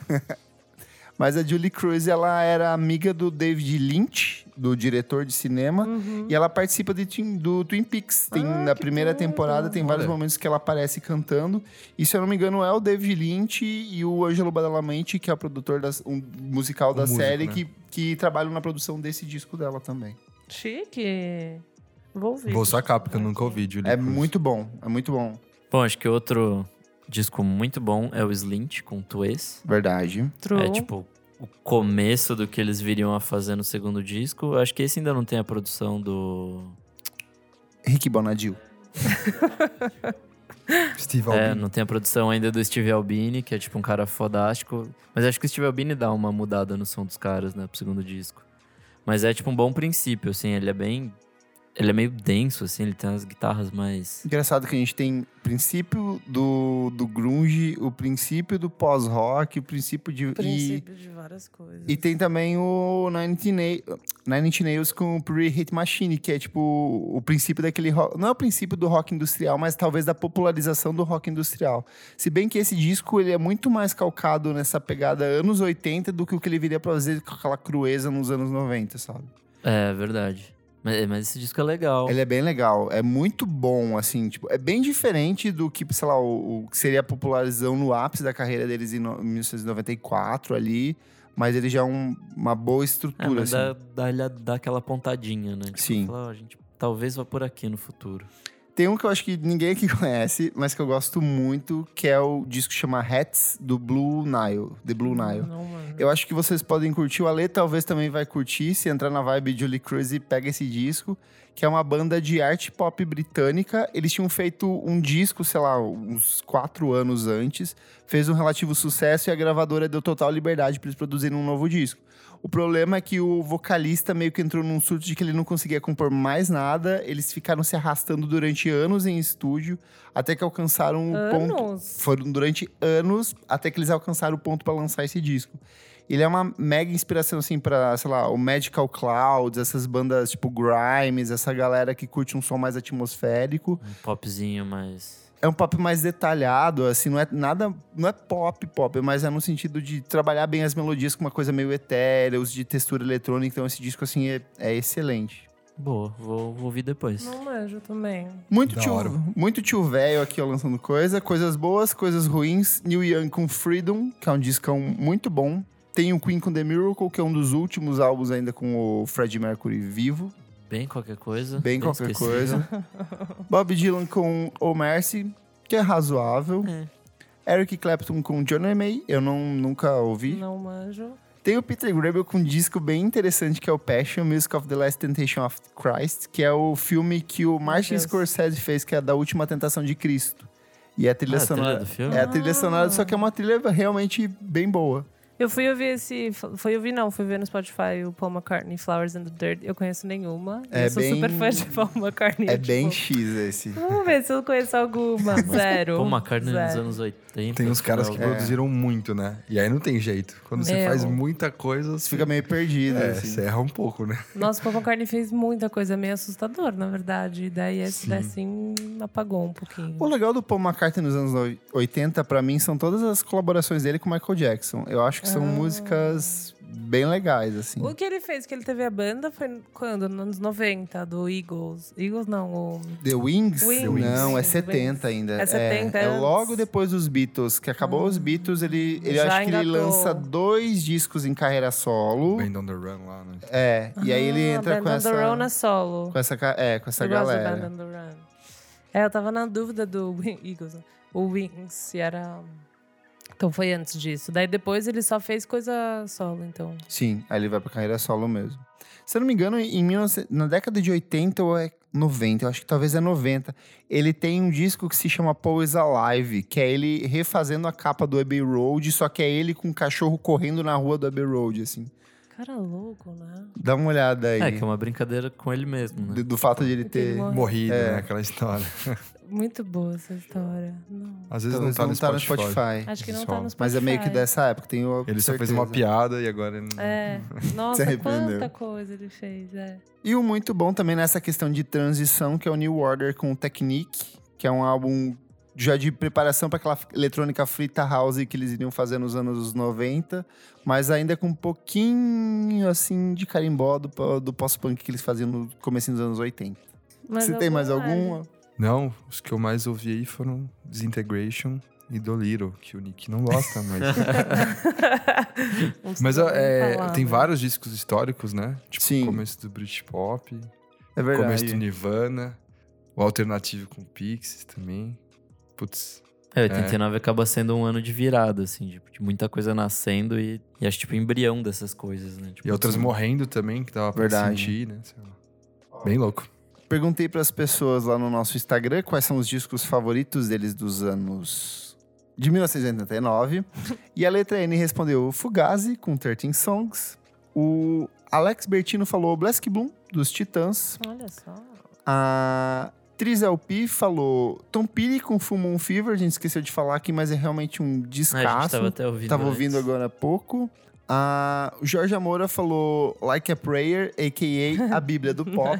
mas a Julie Cruz, ela era amiga do David Lynch, do diretor de cinema, Uhum. e ela participa de Twin- do Twin Peaks. Tem, Ah, na que primeira tudo. temporada tem vários Olha. momentos que ela aparece cantando. E se eu não me engano, é o David Lynch e o Ângelo Badalamenti, que é o produtor das, um musical da músico, série, né? que, que trabalham na produção desse disco dela também. Chique. Vou ouvir. Vou sacar, porque eu Aqui. nunca ouvi Julie É Cruz. muito bom, é muito bom. Bom, acho que outro disco muito bom é o Slint, com Twiz. Verdade. True. É tipo o começo do que eles viriam a fazer no segundo disco. Eu acho que esse ainda não tem a produção do... Rick Bonadil. Steve É, Albini. não tem a produção ainda do Steve Albini, que é tipo um cara fodástico. Mas acho que o Steve Albini dá uma mudada no som dos caras, né, pro segundo disco. Mas é tipo um bom princípio, assim, ele é bem... Ele é meio denso, assim, ele tem as guitarras mais... Engraçado que a gente tem o princípio do, do grunge, o princípio do pós-rock, o princípio de... Princípio de várias coisas. E, e tem também o Nine Inch Nails, Nine Inch Nails com o Pre-Hit Machine, que é tipo o princípio daquele rock... Não é o princípio do rock industrial, mas talvez da popularização do rock industrial. Se bem que esse disco ele é muito mais calcado nessa pegada anos oitenta do que o que ele viria pra fazer com aquela crueza nos anos noventa, sabe? É, verdade. Mas, mas esse disco é legal. Ele é bem legal, é muito bom, assim, tipo, é bem diferente do que, sei lá, o, o que seria a popularização no ápice da carreira deles em no- mil novecentos e noventa e quatro ali, mas ele já é um- uma boa É, estrutura, mas assim. dá, dá, ele dá aquela pontadinha, né? Tipo, Sim. fala, ó, a gente talvez vá por aqui no futuro. Tem um que eu acho que ninguém aqui conhece, mas que eu gosto muito, que é o disco que chama Hats, do Blue Nile, The Blue Nile. Não, mano. Eu acho que vocês podem curtir, o Ale talvez também vai curtir, se entrar na vibe Julie Cruz e pega esse disco, que é uma banda de arte pop britânica. Eles tinham feito um disco, sei lá, uns quatro anos antes, fez um relativo sucesso e a gravadora deu total liberdade para eles produzirem um novo disco. O problema é que o vocalista meio que entrou num surto de que ele não conseguia compor mais nada, eles ficaram se arrastando durante anos em estúdio, até que alcançaram o ponto... Anos? Foram durante anos até que eles alcançaram o ponto para lançar esse disco. Ele é uma mega inspiração, assim, pra, sei lá, o Magical Clouds, essas bandas tipo Grimes, essa galera que curte um som mais atmosférico. Um popzinho mais... É um pop mais detalhado, assim, não é nada... Não é pop, pop, mas é no sentido de trabalhar bem as melodias com uma coisa meio etérea, uso de textura eletrônica. Então, esse disco, assim, é, é excelente. Boa, vou, vou ouvir depois. Não manjo também. Muito Da tio, hora. muito tio velho aqui, ó, lançando coisa. Coisas boas, coisas ruins. Neil Young com Freedom, que é um discão muito bom. Tem o Queen com The Miracle, que é um dos últimos álbuns ainda com o Freddie Mercury vivo. Bem qualquer coisa. Bem qualquer esquecível. coisa. Bob Dylan com Oh Mercy, que é razoável. É. Eric Clapton com Johnny May, eu não, nunca ouvi. Não manjo. Tem o Peter Gabriel com um disco bem interessante, que é o Passion, Music of the Last Temptation of Christ, que é o filme que o Martin Deus. Scorsese fez, que é da Última Tentação de Cristo. E a trilha Ah, a trilha sonora... do filme? É a trilha sonora, só que é uma trilha realmente bem boa. Eu fui ouvir esse... Fui ouvir, não. Fui ver no Spotify o Paul McCartney, Flowers in the Dirt. Eu conheço nenhuma. É eu sou bem- super fã de Paul McCartney. É tipo, bem X esse. Vamos ver se eu conheço alguma. Zero. Paul McCartney nos Zero. anos oitenta. Tem uns caras que final- produziram muito, né? E aí não tem jeito. Quando você Meu. faz muita coisa, Você você fica meio perdido, É, assim. você erra um pouco, né? Nossa, o Paul McCartney fez muita coisa meio assustador, na verdade. E daí esse assim apagou um pouquinho. O legal do Paul McCartney nos anos oitenta, pra mim, são todas as colaborações dele com o Michael Jackson. Eu acho que são Ah. músicas bem legais, assim. O que ele fez, que ele teve a banda, foi quando? Nos anos noventa, do Eagles. Eagles não, o... The Wings? Wings. Não, é Wings. setenta ainda. É setenta, É, é antes. logo depois dos Beatles, que acabou os Beatles, ele, ele Já acho que ele engatou. lança dois discos em carreira solo. Band on the Run lá, né? É, e aí ele Ah, entra Band com on essa, the Run é solo. com essa, ca- é, com essa eu gosto galera. do Band on the Run. É, eu tava na dúvida do Wi- Eagles, né? o Wings, se era... Então foi antes disso. Daí depois ele só fez coisa solo, então. Sim, aí ele vai pra carreira solo mesmo. Se eu não me engano, em mil e novecentos na década de oitenta ou é noventa, eu acho que talvez é noventa, ele tem um disco que se chama Paul is Alive, que é ele refazendo a capa do Abbey Road, só que é ele com um cachorro correndo na rua do Abbey Road, assim. Cara louco, né? Dá uma olhada aí. É, que é uma brincadeira com ele mesmo, né? do, do fato de ele Porque ele ter... morre. Morrido, É. né? Aquela história. Muito boa essa história. Não. Às vezes Talvez não tá no Spotify. Acho que não Só. tá no Spotify. Mas é meio que dessa época, tenho Ele só fez uma certeza. piada e agora ele não... É. Nossa, arrependeu. quanta coisa ele fez, é. E o muito bom também nessa questão de transição, que é o New Order com o Technique, que é um álbum já de preparação para aquela eletrônica Frita House que eles iriam fazer nos anos noventa, mas ainda com um pouquinho, assim, de carimbó do, do pós-punk que eles faziam no comecinho dos anos oitenta. Mas Você tem mais algum, alguma? Não, os que eu mais ouvi aí foram Disintegration e Dolittle, que o Nick não gosta, mas... Uns mas que eu é, vou falar, tem né? vários discos históricos, né? Tipo, Sim. o começo do Britpop, É o começo verdade. do Nirvana, o alternativo com Pixies também. Putz, É, oitenta e nove acaba sendo um ano de virada, assim, tipo, de muita coisa nascendo e, e acho, tipo, embrião dessas coisas, né? Tipo, e outras assim, morrendo também, que dava pra Verdade. sentir, né? Sei lá. Bem louco. Perguntei para as pessoas lá no nosso Instagram quais são os discos favoritos deles dos anos de mil novecentos e oitenta e nove. E a letra N respondeu Fugazi, com treze Songs. O Alex Bertino falou Black Bloom, dos Titãs. Olha só. A Tris L P falou Tom Petty com Full Moon Fever. A gente esqueceu de falar aqui, mas é realmente um ah, a gente descasso. tava até ouvindo Tava antes. ouvindo agora há pouco. A o Jorge Amora falou Like a Prayer, a k a a Bíblia do Pop.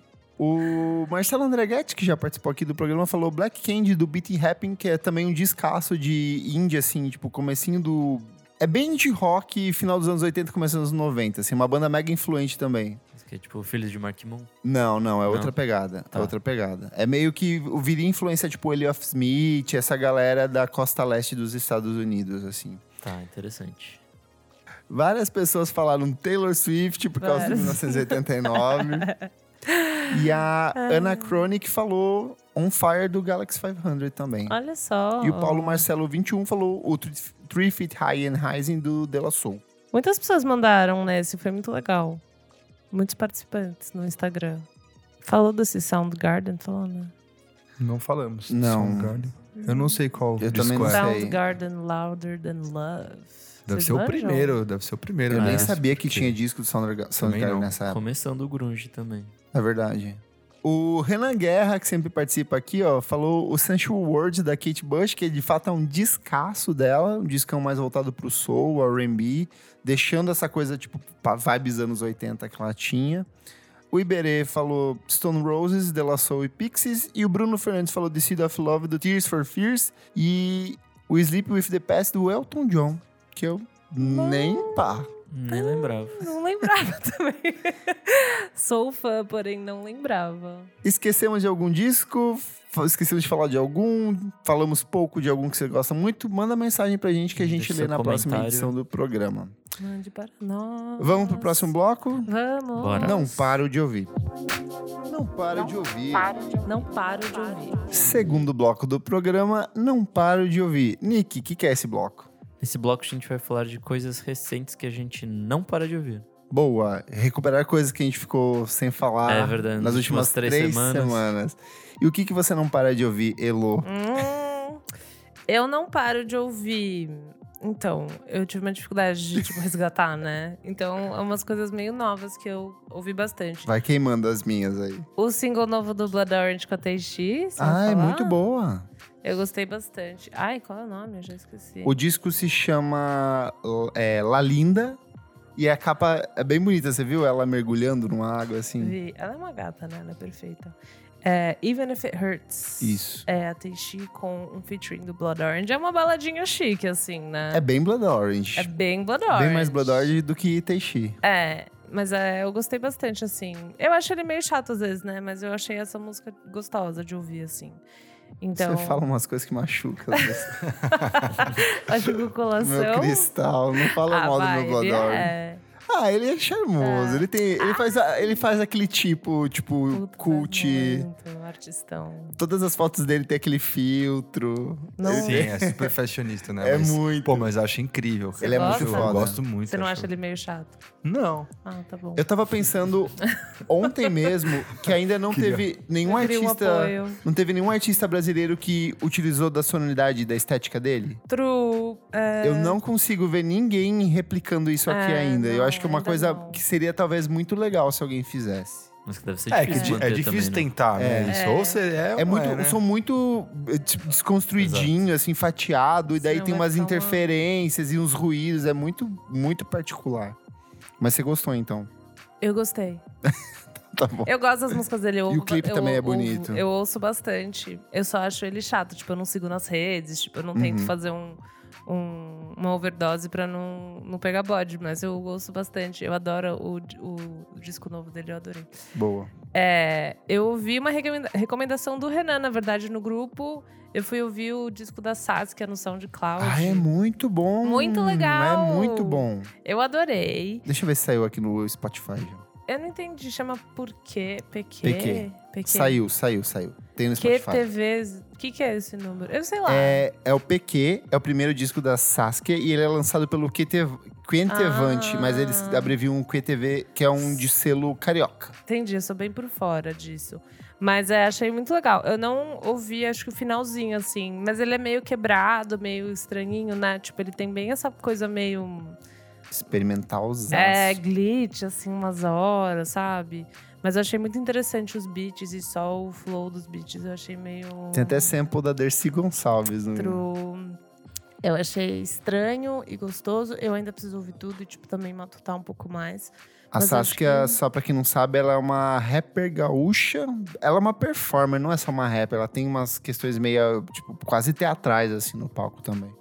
O Marcelo Andreghetti, que já participou aqui do programa, falou Black Candy do Beat Rapping, que é também um descasso de indie, assim, tipo, comecinho do... É bem de rock, final dos anos oitenta, começo dos anos noventa, assim, uma banda mega influente também. Isso que é tipo Filhos de Mark Moon. Não, não, é Não? outra pegada. Tá. É outra pegada. É meio que o viria influência, tipo, Elliot Smith, essa galera da costa leste dos Estados Unidos, assim. Tá, interessante. Várias pessoas falaram Taylor Swift por causa de Várias. mil novecentos e oitenta e nove. E a Ana Chronic falou On Fire do Galaxy quinhentos também. Olha só. E o Paulo Marcelo vinte e um falou o Three Feet High and Rising do De La Soul. Muitas pessoas mandaram nesse, foi muito legal. Muitos participantes no Instagram. Falou desse Soundgarden, falou, né? Não falamos. do Não. Soundgarden. Eu não sei qual Eu disco também não é. sei. Soundgarden Louder Than Love. Deve Vocês ser o manjam? primeiro, deve ser o primeiro. Eu né? nem sabia que Porque- tinha disco do Soundgarden Soundgarden não. nessa época. Começando o grunge também. É verdade. O Renan Guerra, que sempre participa aqui, ó, falou o Sensual World da Kate Bush, que de fato é um descasso dela, um discão mais voltado pro soul, R and B, deixando essa coisa, tipo, pra vibes anos oitenta que ela tinha. O Iberê falou Stone Roses, De La Soul e Pixies. E o Bruno Fernandes falou The Seed of Love, do Tears for Fears. E o Sleep With The Past, do Elton John. Que eu nem pá. Nem lembrava. Não lembrava também. Sou fã, porém não lembrava. Esquecemos de algum disco? F- Esquecemos de falar de algum? Falamos pouco de algum que você gosta muito? Manda mensagem pra gente que a gente Deixa lê seu na próxima comentário. edição do programa. Mande para nós. Vamos pro próximo bloco? Vamos. Bora. Não paro de ouvir. Não paro de ouvir. Não paro de ouvir. Segundo bloco do programa, não paro de ouvir. Nick, o que, que é esse bloco? Nesse bloco a gente vai falar de coisas recentes que a gente não para de ouvir. Boa, recuperar coisas que a gente ficou sem falar É verdade, nas nas últimas últimas três três semanas. semanas. E o que, que você não para de ouvir, Elo? Hum, eu não paro de ouvir. Então, eu tive uma dificuldade de, tipo, resgatar, né? Então, é umas coisas meio novas que eu ouvi bastante. Vai queimando as minhas aí. O single novo do Blood Orange com a Teixi. você vai Ah, é falar? muito boa. Eu gostei bastante. Ai, qual é o nome? Eu já esqueci. O disco se chama é, La Linda. E a capa é bem bonita, você viu? Ela mergulhando numa água assim. Vi. Ela é uma gata, né? Ela é perfeita. É, Even If It Hurts. Isso. É a Teixi com um featuring do Blood Orange. É uma baladinha chique, assim, né? É bem Blood Orange. É bem Blood Orange. Bem mais Blood Orange do que Teixi. É, mas é, eu gostei bastante, assim. Eu acho ele meio chato às vezes, né? Mas eu achei essa música gostosa de ouvir, assim. Então, Você fala umas coisas que machucam. às vezes. acho que o colação... Meu cristal, não fala Ah, mal vai, do meu Blood ele Orange. é... Ah, ele é charmoso. É. Ele, tem, ele, faz, a- ele faz aquele tipo, tipo, Puta, cult. muito, artistão. Todas as fotos dele tem aquele filtro. Não, Ele, Sim, é super fashionista, né? É Mas, muito. Pô, mas eu acho incrível. cara. Ele é muito Eu foda. gosto muito. Você não acho. acha ele meio chato? Não. Ah, tá bom. Eu tava pensando ontem mesmo que ainda não Queria. teve nenhum Eu queria um artista. apoio. Não teve nenhum artista brasileiro que utilizou da sonoridade e da estética dele. True. É... Eu não consigo ver ninguém replicando isso aqui É, ainda. Eu não, acho que é uma ainda coisa não. que seria talvez muito legal se alguém fizesse. Mas que deve ser É, que difícil di- manter é difícil também, né? tentar, né? É. Isso. Ou você é, É ou muito, é, né? um som muito eh, tipo, desconstruidinho, assim, fatiado, e daí Senão tem vai umas ficar uma- interferências e uns ruídos, é muito, muito particular. Mas você gostou, então? Eu gostei. Tá bom. Eu gosto das músicas dele. Eu, E o clipe eu, também é eu- bonito. Eu, ouço bastante. Eu só acho ele chato. Tipo, eu não sigo nas redes. Tipo, eu não tento Uhum. fazer um, um- uma overdose pra não, não pegar bode. Mas eu ouço bastante. Eu adoro o, o, o disco novo dele. Eu adorei. Boa. É, eu ouvi uma recomenda- recomendação do Renan, na verdade, no grupo. Eu fui ouvir o disco da Saskia no SoundCloud. Ah, é muito bom. Muito legal. É muito bom. Eu adorei. Deixa eu ver se saiu aqui no Spotify já. Eu não entendi. Chama Por quê? P Q? P Q. P Q. Saiu, saiu, saiu. Tem no Spotify. Q T V. O que, que é esse número? Eu sei lá. É, é o P Q, é o primeiro disco da Saskia e ele é lançado pelo Quentevante, Ah. mas eles abreviam um Q T V, que é um de selo carioca. Entendi, eu sou bem por fora disso. Mas é, achei muito legal. Eu não ouvi, acho que o finalzinho, assim. Mas ele é meio quebrado, meio estranhinho, né? Tipo, ele tem bem essa coisa meio... Experimentalzaço. É, glitch, assim, umas horas, sabe? Mas eu achei muito interessante os beats e só o flow dos beats. Eu achei meio... Tem até sample da Dercy Gonçalves. No... Outro- Eu achei estranho e gostoso. Eu ainda preciso ouvir tudo e, tipo, também matutar um pouco mais. A Mas acho Saskia, que- só pra quem não sabe, ela é uma rapper gaúcha. Ela é uma performer, não é só uma rapper. Ela tem umas questões meio, tipo, quase teatrais, assim, no palco também.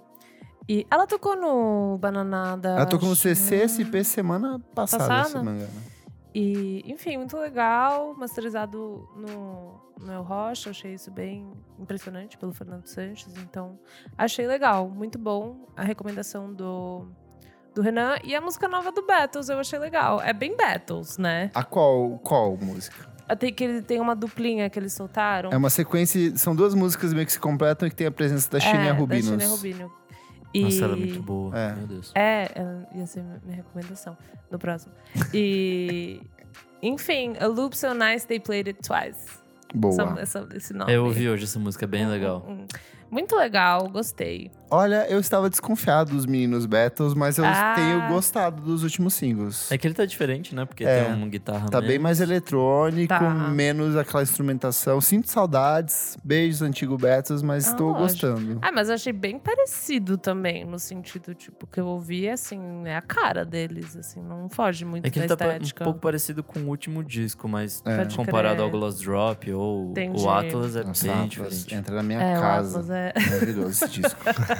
E ela tocou no Bananada. Ela tocou no acho, C C né? S P semana passada, Passada? se não me engano. E, enfim, muito legal. Masterizado no Noel Rocha. Achei isso bem impressionante pelo Fernando Sanches. Então, achei legal. Muito bom. A recomendação do, do Renan. E a música nova do Battles, eu achei legal. É bem Battles, né? A qual, qual música? Até que ele tem uma duplinha que eles soltaram. É uma sequência, são duas músicas meio que se completam e que tem a presença da Xenia É, Rubinos. Da Xenia Rubino. E... Nossa, ela é muito boa. É. Meu Deus. É, ela ia ser minha recomendação no próximo. E... Enfim, A Loop So Nice They Played It Twice. Boa. Essa, essa- esse nome. Eu ouvi hoje essa música, é bem Um- legal. um- um- Muito legal, gostei. Olha, eu estava desconfiado dos meninos Battles, mas eu Ah. tenho gostado dos últimos singles. É que ele tá diferente, né? Porque É, tem uma guitarra Tá bem mais eletrônico, Tá. menos aquela instrumentação. Sinto saudades, beijos, antigo Battles, mas Ah, estou lógico. gostando. Ah, mas eu achei bem parecido também, no sentido, tipo, que eu ouvi, assim, é a cara deles, assim, não foge muito É que da ele tá pa- um estética. pouco parecido com o último disco, mas É. Pode comparado crer. ao Gloss Drop ou Entendi. o Atlas é Nossa, bem Atlas, diferente. entra na minha É, o casa. Atlas é... Maravilhoso esse disco.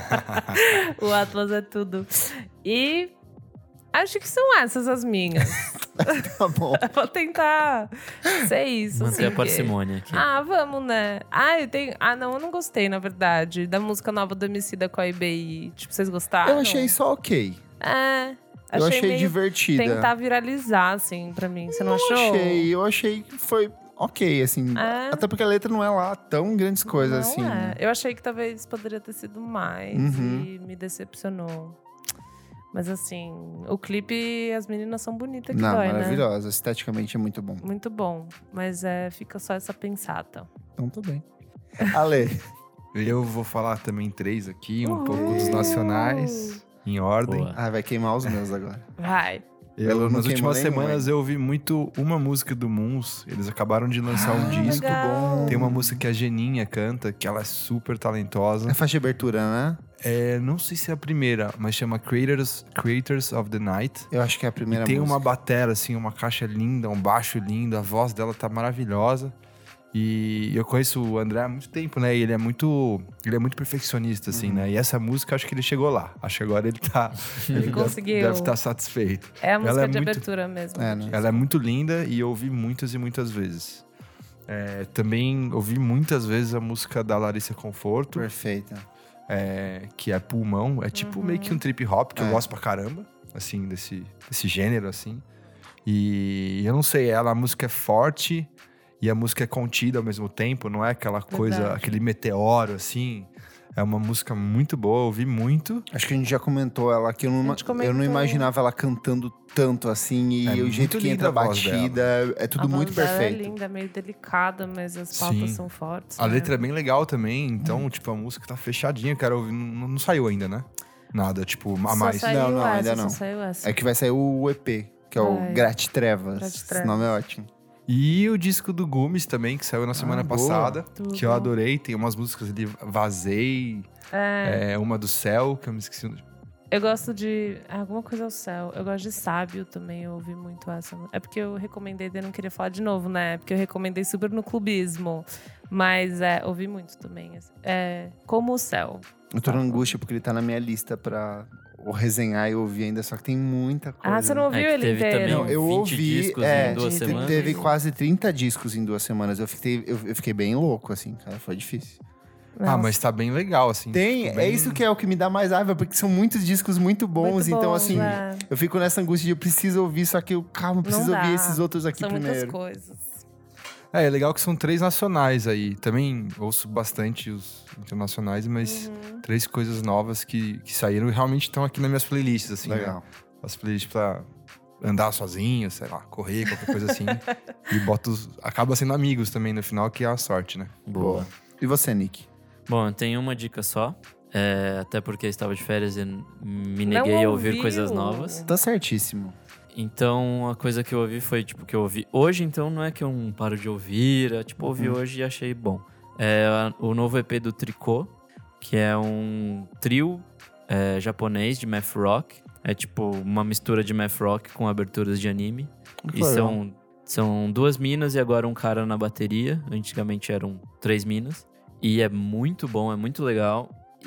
o Atlas é tudo. E acho que são essas as minhas. Tá bom. Vou tentar ser isso. Manter assim, a que- parcimônia aqui. Ah, vamos, né? Ah, eu tenho... ah, não, eu não gostei, na verdade, da música nova do Emicida com a I B I. Tipo, vocês gostaram? Eu achei só ok. É, Eu achei meio divertida. tentar viralizar, assim, pra mim. Você não, Eu achou? achei, eu achei que foi ok, assim. É. Até porque a letra não é lá tão grandes coisas, Não assim. é. Eu achei que talvez poderia ter sido mais Uhum. e me decepcionou. Mas assim, o clipe, as meninas são bonitas que Não, dói, né? maravilhosa. Esteticamente é muito bom. Muito bom. Mas é, fica só essa pensata. Então tá bem. Ale, Eu vou falar também três aqui, um Uhul. pouco dos nacionais, em ordem. Boa. ah, vai queimar os meus agora. Vai. Ela Eu, não nas queimou últimas nenhum, semanas hein? eu ouvi muito uma música do Moons. Eles acabaram de lançar um Ah, disco. legal. Tem uma música que a Geninha canta, que ela é super talentosa. É faixa de abertura, né? É, não sei se é a primeira, mas chama Creators, Creators of the Night. Eu acho que é a primeira E tem música. uma batera, assim, uma caixa linda, um baixo lindo, a voz dela tá maravilhosa. E eu conheço o André há muito tempo, né? E ele é muito, ele é muito perfeccionista, assim, Uhum. né? E essa música, acho que ele chegou lá. Acho que agora ele tá... Ele deve- conseguiu. Deve estar satisfeito. É a música é de muito- abertura mesmo. É, né? Ela é muito linda e eu ouvi muitas e muitas vezes. É, também ouvi muitas vezes a música da Larissa Conforto, Perfeita. é, que é Pulmão. É tipo Uhum. meio que um trip hop, que É. eu gosto pra caramba, assim, desse, desse gênero, assim. E eu não sei, ela, a música é forte e a música é contida ao mesmo tempo, não é aquela coisa, Verdade. aquele meteoro, assim. É uma música muito boa, eu ouvi muito. Acho que a gente já comentou ela aqui. Eu não, A gente eu não comentou. imaginava ela cantando tanto assim. E É o muito jeito que linda entra a a voz batida, é tudo A muito voz dela perfeito. É linda, meio delicada, mas as pautas Sim. são fortes. A né? letra é bem legal também, então, tipo, a música tá fechadinha, cara. Não, não saiu ainda, né? Nada, tipo, a Só mais. saiu Não, não, essa, ainda só não. saiu essa. É que vai sair o E P, que é o Vai. Grat Trevas. Grat Esse Trevas. nome é ótimo. E o disco do Gumes também, que saiu na semana boa. passada, Tudo. que eu adorei. Tem umas músicas ali, Vazei, É, é, uma do Céu, que eu me esqueci. o- eu gosto de... Alguma coisa ao céu. Eu gosto de Sábio também, eu ouvi muito essa. É porque eu recomendei, daí eu não queria falar de novo, né? Porque eu recomendei super no clubismo. Mas é, ouvi muito também. assim. É, Como o Céu. Eu tô na angústia porque ele tá na minha lista pra o resenhar e ouvir ainda, só que tem muita coisa. Ah, você não ouviu É que ele teve inteiro? também Não, eu vinte ouvi, discos é, em duas te- semanas. Teve quase trinta discos em duas semanas. Eu fiquei, eu, eu fiquei bem louco, assim, cara. Foi difícil. Ah, Nossa. mas tá bem legal, assim. Tem, tipo, é bem- isso que é o que me dá mais raiva, porque são muitos discos muito bons. Muito então, bons, assim, é. eu fico nessa angústia de eu preciso ouvir, só que eu, calma, eu preciso Não ouvir dá. esses outros aqui São primeiro. muitas coisas. É, é legal que são três nacionais aí. Também ouço bastante os internacionais, mas Uhum. três coisas novas que, que saíram e realmente estão aqui nas minhas playlists, assim. né? Legal. As playlists pra andar sozinho, sei lá, correr, qualquer coisa assim. E boto. os- Acaba sendo amigos também no final, que é a sorte, né? Boa. E você, Nick? Bom, eu tenho uma dica só. é, até porque eu estava de férias e me Não neguei a ouvir ouviu. coisas novas. Tá certíssimo. Então, a coisa que eu ouvi foi, tipo, que eu ouvi hoje, então não é que eu não paro de ouvir, é, tipo, ouvi hoje e achei bom. É a- o novo E P do Tricô, que é um trio é, japonês de math rock. É tipo uma mistura de math rock com aberturas de anime. E Legal. são, são duas minas e agora um cara na bateria. Antigamente eram três minas. E é muito bom, é muito legal.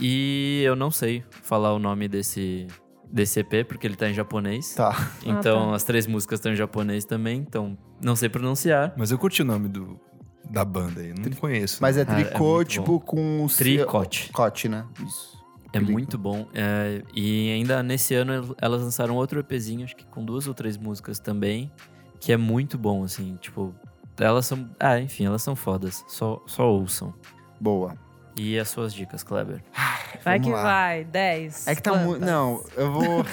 E eu não sei falar o nome desse, desse E P, porque ele tá em japonês. Tá. Então, Ah, tá. as três músicas estão em japonês também, então não sei pronunciar. Mas eu curti o nome do, da banda aí, não conheço. Mas é Ah, é tricô, muito tipo, com o... Tricote. Cote, né? Isso. É Gringo. muito bom. é, e ainda nesse ano elas lançaram outro EPzinho, acho que com duas ou três músicas também, que é muito bom, assim, tipo, elas são. Ah, enfim, elas são fodas. Só, só ouçam. Boa. E as suas dicas, Kleber? Vai Vamos que lá. vai, dez. É que tá muito... plantas. Não, eu vou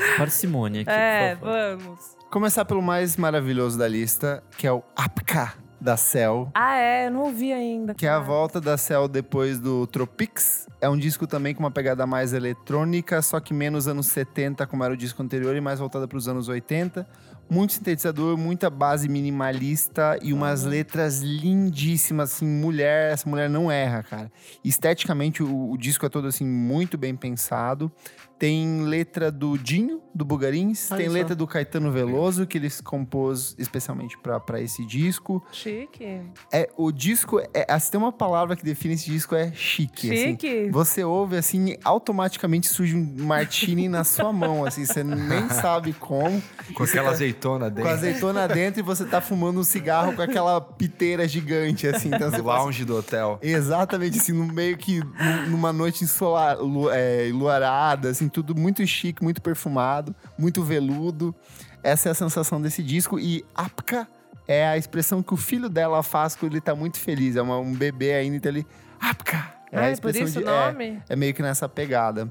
Parcimônia aqui, É, por favor. vamos. começar pelo mais maravilhoso da lista, que é o Apka, da Cell. Ah, é? Eu não ouvi ainda. Que é a cara. volta da Cell depois do Tropics. É um disco também com uma pegada mais eletrônica, só que menos anos setenta, como era o disco anterior, e mais voltada para os anos oitenta. Muito sintetizador, muita base minimalista e umas Uhum. letras lindíssimas, assim, mulher, essa mulher não erra, cara. Esteticamente, o, o disco é todo, assim, muito bem pensado. Tem letra do Dinho, do Bugarins, Olha tem só. letra do Caetano Veloso, que ele compôs especialmente para esse disco. Chique. É, o disco, é, assim, tem uma palavra que define esse disco, é chique. assim. Chique. Você ouve, assim, automaticamente surge um martini na sua mão, assim, você nem sabe como. Com aquela azeitona Com dentro. azeitona dentro e você tá fumando um cigarro com aquela piteira gigante, assim. Então você No faz- lounge do hotel. Exatamente, assim, no meio que num- numa noite ensolar, lu, é, enluarada, assim, tudo muito chique, muito perfumado, muito veludo. Essa é a sensação desse disco. E Apka é a expressão que o filho dela faz quando ele tá muito feliz. É uma- um bebê ainda, então ele... Apka! É Ah, a é por expressão isso de, o nome? É, é meio que nessa pegada.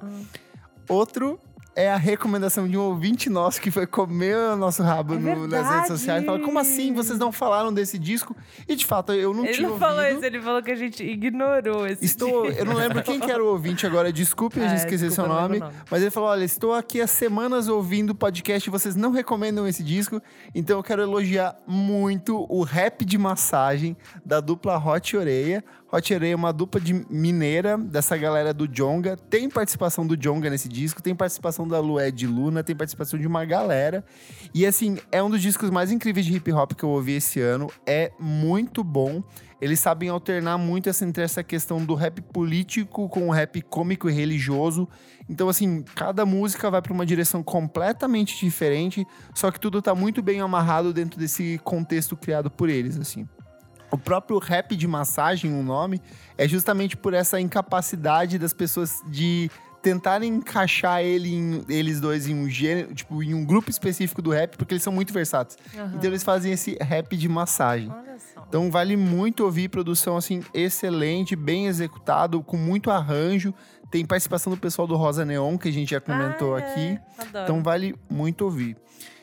Outro é a recomendação de um ouvinte nosso que foi comer o nosso rabo É no- nas verdade. redes sociais. Fala, como assim? Vocês não falaram desse disco? E, de fato, eu não Ele tinha não ouvido. falou isso, ele falou que a gente ignorou esse Estou, dia. eu não lembro quem que era o ouvinte agora, desculpe, eu Ah, já esqueci desculpa, seu eu não nome, lembro o nome. mas ele falou, olha, estou aqui há semanas ouvindo o podcast e vocês não recomendam esse disco, então eu quero elogiar muito o Rap de Massagem da dupla Hot Oreia. Hot Oreia é uma dupla de mineira dessa galera do Djonga, tem participação do Djonga nesse disco, tem participação da Lué de Luna, tem participação de uma galera, e assim, é um dos discos mais incríveis de hip hop que eu ouvi esse ano, é muito bom. Eles sabem alternar muito essa, entre essa questão do rap político com o rap cômico e religioso. Então, assim, cada música vai para uma direção completamente diferente, só que tudo tá muito bem amarrado dentro desse contexto criado por eles, assim. O próprio Rap de Massagem, o nome, é justamente por essa incapacidade das pessoas de tentarem encaixar ele em- eles dois em um gênero, tipo, em um grupo específico do rap, porque eles são muito versáteis. Aham. Então eles fazem esse rap de massagem. Olha só. Então vale muito ouvir, produção assim excelente, bem executado, com muito arranjo. Tem participação do pessoal do Rosa Neon, que a gente já comentou Ah, é. aqui. Adoro. Então vale muito ouvir.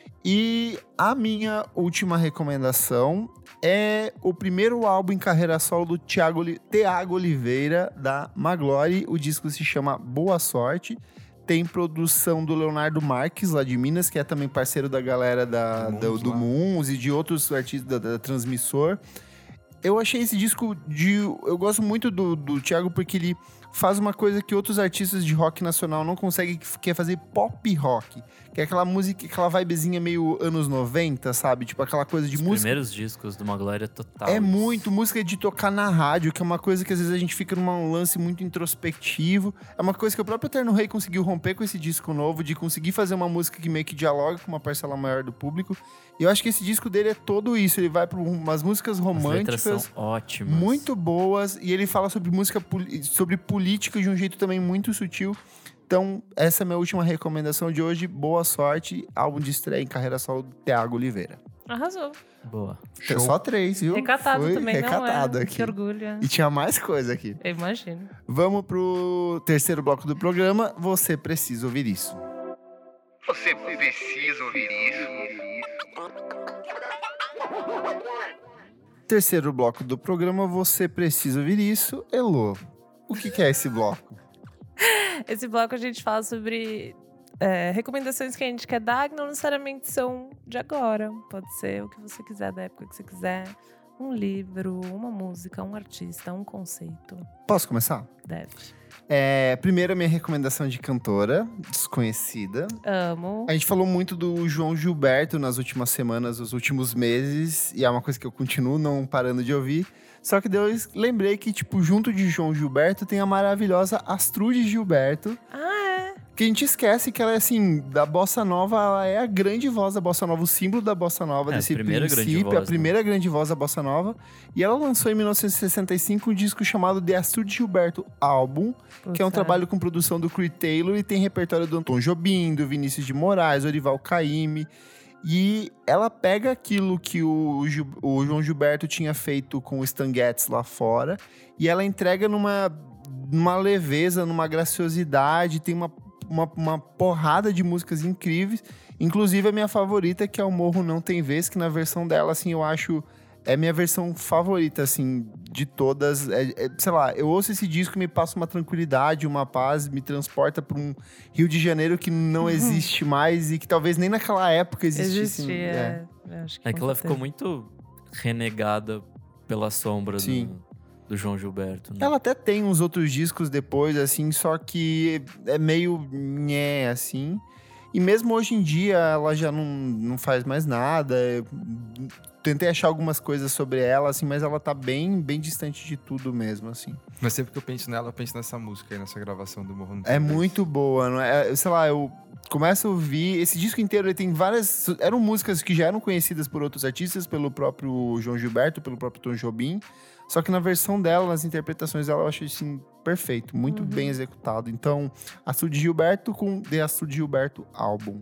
E a minha última recomendação é o primeiro álbum em carreira solo do Thiago, Oli- Thiago Oliveira, da Maglore. O disco se chama Boa Sorte. Tem produção do Leonardo Marques, lá de Minas, que é também parceiro da galera da, Do do, Moons do lá. Moons e de outros artistas da, da Transmissor. Eu achei esse disco de... Eu gosto muito do, do Thiago porque ele faz uma coisa que outros artistas de rock nacional não conseguem, que é fazer pop rock. Que é aquela música, aquela vibezinha meio anos noventa, sabe? Tipo aquela coisa de Os música... primeiros discos do Maglória total. É muito música de tocar na rádio, que é uma coisa que às vezes a gente fica num lance muito introspectivo. É uma coisa que o próprio Eterno Rei conseguiu romper com esse disco novo, de conseguir fazer uma música que meio que dialoga com uma parcela maior do público. E eu acho que esse disco dele é todo isso. Ele vai para umas músicas As letras românticas, são ótimas. muito boas, e ele fala sobre música, poli- sobre política de um jeito também muito sutil. Então, essa é a minha última recomendação de hoje. Boa sorte, álbum de estreia em carreira solo do Thiago Oliveira. Arrasou. Boa. Tem só três, viu? Recatado Foi também, recatado não é? aqui. Que orgulho. é. E tinha mais coisa aqui. Eu imagino. Vamos pro terceiro bloco do programa. Você precisa ouvir isso. Você precisa ouvir isso. Terceiro bloco do programa, você precisa ouvir isso. Elô, o que, que é esse bloco? Esse bloco a gente fala sobre é, recomendações que a gente quer dar, que não necessariamente são de agora. Pode ser o que você quiser, da época que você quiser. Um livro, uma música, um artista, um conceito. Posso começar? Deve. É, primeiro, a minha recomendação de cantora, desconhecida. Amo. A gente falou muito do João Gilberto nas últimas semanas, nos últimos meses, e é uma coisa que eu continuo não parando de ouvir. Só que daí eu lembrei que, tipo, junto de João Gilberto tem a maravilhosa Astrude Gilberto, Ah, é? que a gente esquece que ela é, assim, da Bossa Nova, ela é a grande voz da Bossa Nova, o símbolo da Bossa Nova, É, a desse primeira grande princípio, voz, a né? primeira grande voz da Bossa Nova. E ela lançou em mil novecentos e sessenta e cinco um disco chamado The Astrude Gilberto Album, que é um Puta. trabalho com produção do Creed Taylor e tem repertório do Anton Jobim, do Vinícius de Moraes, Orival Caymmi. E ela pega aquilo que o, Gil- o João Gilberto tinha feito com o Stan Getz lá fora e ela entrega numa, numa leveza, numa graciosidade, tem uma, uma, uma porrada de músicas incríveis. Inclusive a minha favorita, que é o Morro Não Tem Vez, que na versão dela, assim, eu acho é minha versão favorita, assim, de todas. É, é, sei lá, eu ouço esse disco e me passa uma tranquilidade, uma paz, me transporta para um Rio de Janeiro que não existe mais e que talvez nem naquela época existisse. Existe, é. é. Eu acho que É com que ela certeza. ficou muito renegada pela sombra Sim. do, do João Gilberto. Né? Ela até tem uns outros discos depois, assim, só que é meio nhé, assim. E mesmo hoje em dia, ela já não, não faz mais nada. Eu tentei achar algumas coisas sobre ela, assim, mas ela tá bem, bem distante de tudo mesmo, assim. Mas sempre que eu penso nela, eu penso nessa música aí, nessa gravação do Morro no É Tempo. muito boa, não é? Sei lá, eu começo a ouvir... Esse disco inteiro, ele tem várias... Eram músicas que já eram conhecidas por outros artistas, pelo próprio João Gilberto, pelo próprio Tom Jobim. Só que na versão dela, nas interpretações dela, eu acho, assim, perfeito. Muito Uhum. bem executado. Então, Açude Gilberto com The Açude Gilberto Album.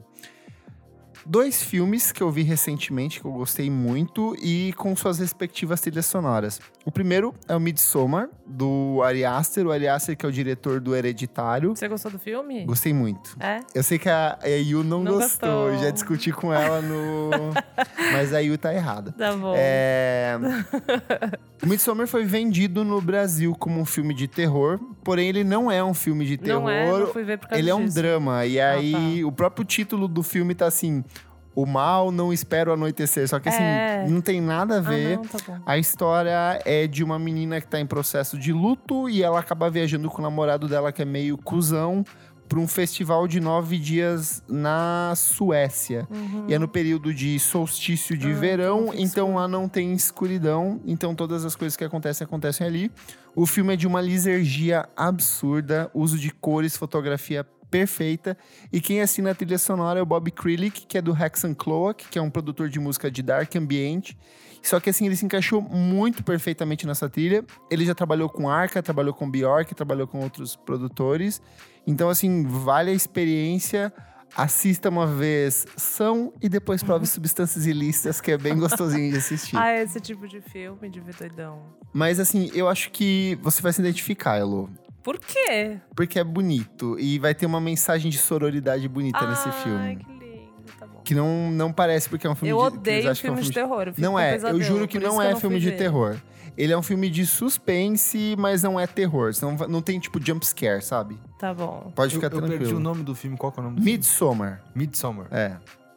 Dois filmes que eu vi recentemente, que eu gostei muito, e com suas respectivas trilhas sonoras. O primeiro é o Midsommar, do Ari Aster. O Ari Aster, que é o diretor do Hereditário. Você gostou do filme? Gostei muito. É? Eu sei que a, a Yu não, Não gostou. gostou. Já discuti com ela no... Mas a Yu tá errada. Tá bom. É... O Midsommar foi vendido no Brasil como um filme de terror, porém ele não é um filme de terror. Não é, não fui ver por causa Ele é um disso. drama. E Ah, aí, o próprio título do filme tá assim... O mal não espera o anoitecer. Só que assim, É. não tem nada a ver. Ah, não, tá bom. A história é de uma menina que tá em processo de luto e ela acaba viajando com o namorado dela, que é meio cuzão, para um festival de nove dias na Suécia. Uhum. E é no período de solstício de Ah, verão, então fica então escuro. lá não tem escuridão, então todas as coisas que acontecem, acontecem ali. O filme é de uma lisergia absurda, uso de cores, fotografia perfeita. E quem assina a trilha sonora é o Bob Krilic, que é do Hexan Cloak, que é um produtor de música de dark ambient. Só que assim, ele se encaixou muito perfeitamente nessa trilha. Ele já trabalhou com Arca, trabalhou com Bjork, trabalhou com outros produtores. Então assim, vale a experiência. Assista uma vez São e depois prove Substâncias Ilícitas, que é bem gostosinho de assistir. Ah, esse tipo de filme de ver doidão. Mas assim, eu acho que você vai se identificar, Elo. Por quê? Porque é bonito e vai ter uma mensagem de sororidade bonita nesse Ai, filme. que lindo, tá bom. Que não, não parece porque é um filme Eu de... que eles odeio acham que é um filme de terror. eu fico Não com é, pesadelo, eu juro que por isso não eu é filme fui de ver. terror. Ele é um filme de suspense, mas não é terror. Não, não tem, tipo, jump scare, sabe? Tá bom. Pode Eu, ficar eu perdi o tranquilo. nome do filme. Qual que é o nome do filme? Midsommar. Midsommar. É.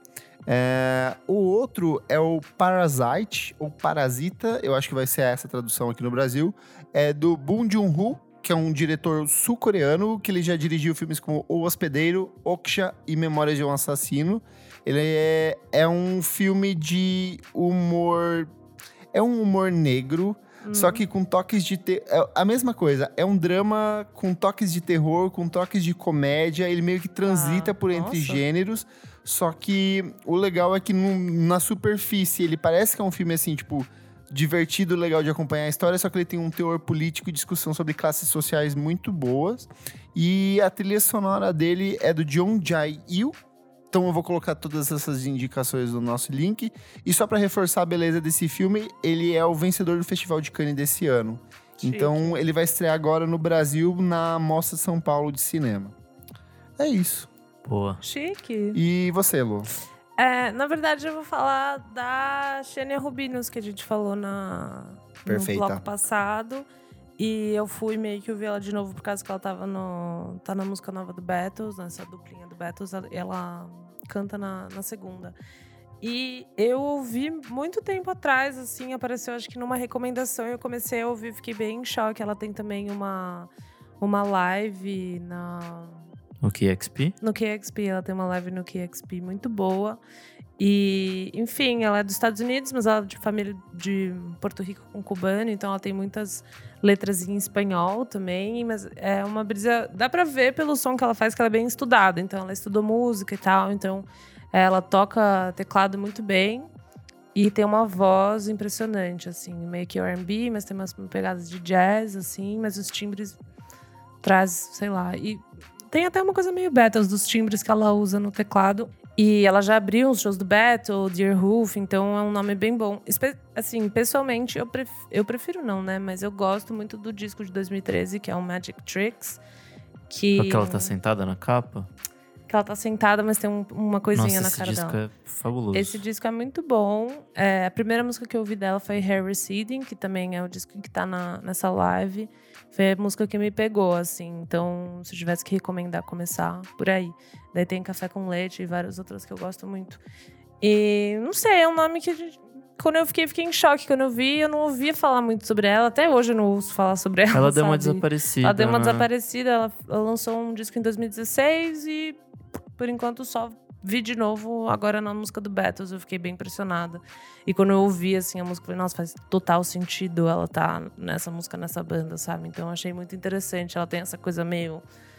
É, o outro é o Parasite, ou Parasita, eu acho que vai ser essa a tradução aqui no Brasil. É do Bong Joon-ho, que é um diretor sul-coreano, que ele já dirigiu filmes como O Hospedeiro, Okja e Memórias de um Assassino. Ele é, é um filme de humor... É um humor negro, só que com toques de... Te... É a mesma coisa, é um drama com toques de terror, com toques de comédia. Ele meio que transita Ah, por entre nossa. gêneros. Só que o legal é que no- na superfície ele parece que é um filme assim, tipo... divertido, legal de acompanhar a história, só que ele tem um teor político e discussão sobre classes sociais muito boas. E a trilha sonora dele é do Jeong Jae-il. Então eu vou colocar todas essas indicações no nosso link. E só pra reforçar a beleza desse filme, ele é o vencedor do Festival de Cannes desse ano. Chique. Então ele vai estrear agora no Brasil na Mostra São Paulo de Cinema. É isso. Boa. Chique. E você, Lu? É, na verdade, eu vou falar da Xenia Rubinos, que a gente falou na, Perfeita. no bloco passado. E eu fui meio que ouvir ela de novo, por causa que ela tava no, tá na música nova do Battles, nessa duplinha do Battles. Ela, ela canta na, na segunda. E eu ouvi muito tempo atrás, assim, apareceu acho que numa recomendação. Eu comecei a ouvir, fiquei bem em choque. Ela tem também uma, uma live na... O K X P? No K X P, ela tem uma live no K X P muito boa. E, enfim, ela é dos Estados Unidos, mas ela é de família de Porto Rico com cubano, então ela tem muitas letras em espanhol também, mas é uma brisa... Dá pra ver pelo som que ela faz que ela é bem estudada, então ela estudou música e tal, então ela toca teclado muito bem e tem uma voz impressionante, assim, meio que R and B, mas tem umas pegadas de jazz, assim, mas os timbres traz, sei lá, e tem até uma coisa meio Battles dos timbres que ela usa no teclado. E ela já abriu os shows do Battle, Dear Hoof, então é um nome bem bom. Espe- assim, pessoalmente, eu, pref- eu prefiro não, né? Mas eu gosto muito do disco de dois mil e treze, que é o Magic Tricks. Que... Porque ela tá sentada na capa? que ela tá sentada, mas tem um- uma coisinha Nossa, na esse cara disco dela. é fabuloso. Esse disco é muito bom. É, a primeira música que eu ouvi dela foi Hair Receding, que também é o disco que tá na, nessa live. Foi a música que me pegou, assim. Então, se eu tivesse que recomendar, começar por aí. Daí tem Café com Leite e várias outras que eu gosto muito. E, não sei, é um nome que... a gente- Quando eu fiquei, fiquei em choque. Quando eu vi, eu não ouvia falar muito sobre ela. Até hoje eu não ouço falar sobre ela, Ela deu uma sabe? desaparecida. Ela deu uma né? desaparecida. Ela, ela lançou um disco em dois mil e dezesseis e, por enquanto, só vi de novo agora na música do Battles. Eu fiquei bem impressionada. E quando eu ouvi, assim, a música, eu falei, nossa, faz total sentido ela tá nessa música, nessa banda, sabe? Então, eu achei muito interessante. Ela tem essa coisa meio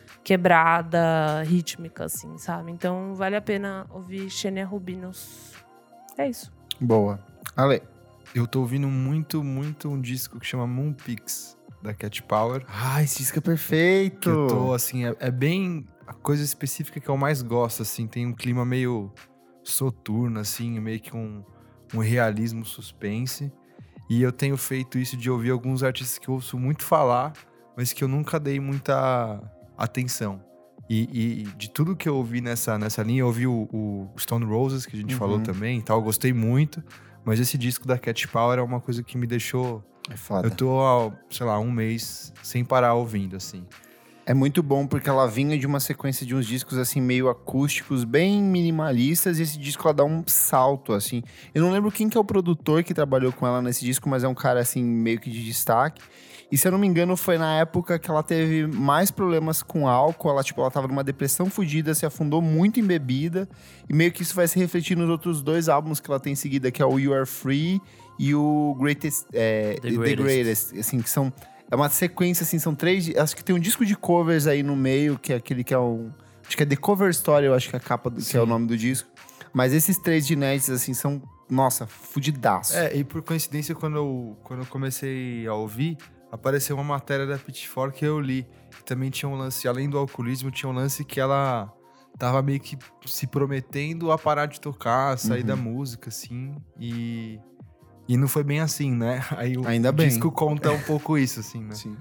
quebrada, rítmica, assim, sabe? Então, vale a pena ouvir Xenia Rubinos. É isso. Boa. Ale. Eu tô ouvindo muito, muito um disco que chama Moonpix, da Cat Power. Ah, esse disco é perfeito. Que eu tô, assim, é, é bem a coisa específica que eu mais gosto, assim. Tem um clima meio soturno, assim, meio que um, um realismo suspense. E eu tenho feito isso de ouvir alguns artistas que eu ouço muito falar, mas que eu nunca dei muita atenção. E, e de tudo que eu ouvi nessa, nessa linha, eu ouvi o, o Stone Roses, que a gente Uhum. falou também e tal, eu gostei muito. Mas esse disco da Cat Power é uma coisa que me deixou... É foda. Eu tô, há, sei lá, um mês sem parar ouvindo, assim. É muito bom porque ela vinha de uma sequência de uns discos assim meio acústicos, bem minimalistas, e esse disco ela dá um salto assim. Eu não lembro quem que é o produtor que trabalhou com ela nesse disco, mas é um cara assim meio que de destaque. E se eu não me engano, foi na época que ela teve mais problemas com álcool, ela tipo, ela tava numa depressão fodida, se afundou muito em bebida, e meio que isso vai se refletir nos outros dois álbuns que ela tem em seguida, que é o You Are Free e o Greatest, é, The The Greatest. Greatest, assim, que são é uma sequência, assim, são três... Acho que tem um disco de covers aí no meio, que é aquele que é um... Acho que é The Cover Story, eu acho que é a capa, do, que é o nome do disco. Mas esses três de inéditos, assim, são, nossa, fudidaço. É, e por coincidência, quando eu, quando eu comecei a ouvir, apareceu uma matéria da Pitchfork que eu li. Também tinha um lance, além do alcoolismo, tinha um lance que ela tava meio que se prometendo a parar de tocar, a sair Uhum. da música, assim, e... E não foi bem assim, né? Aí o Ainda bem. disco conta um pouco isso, assim, né? Sim.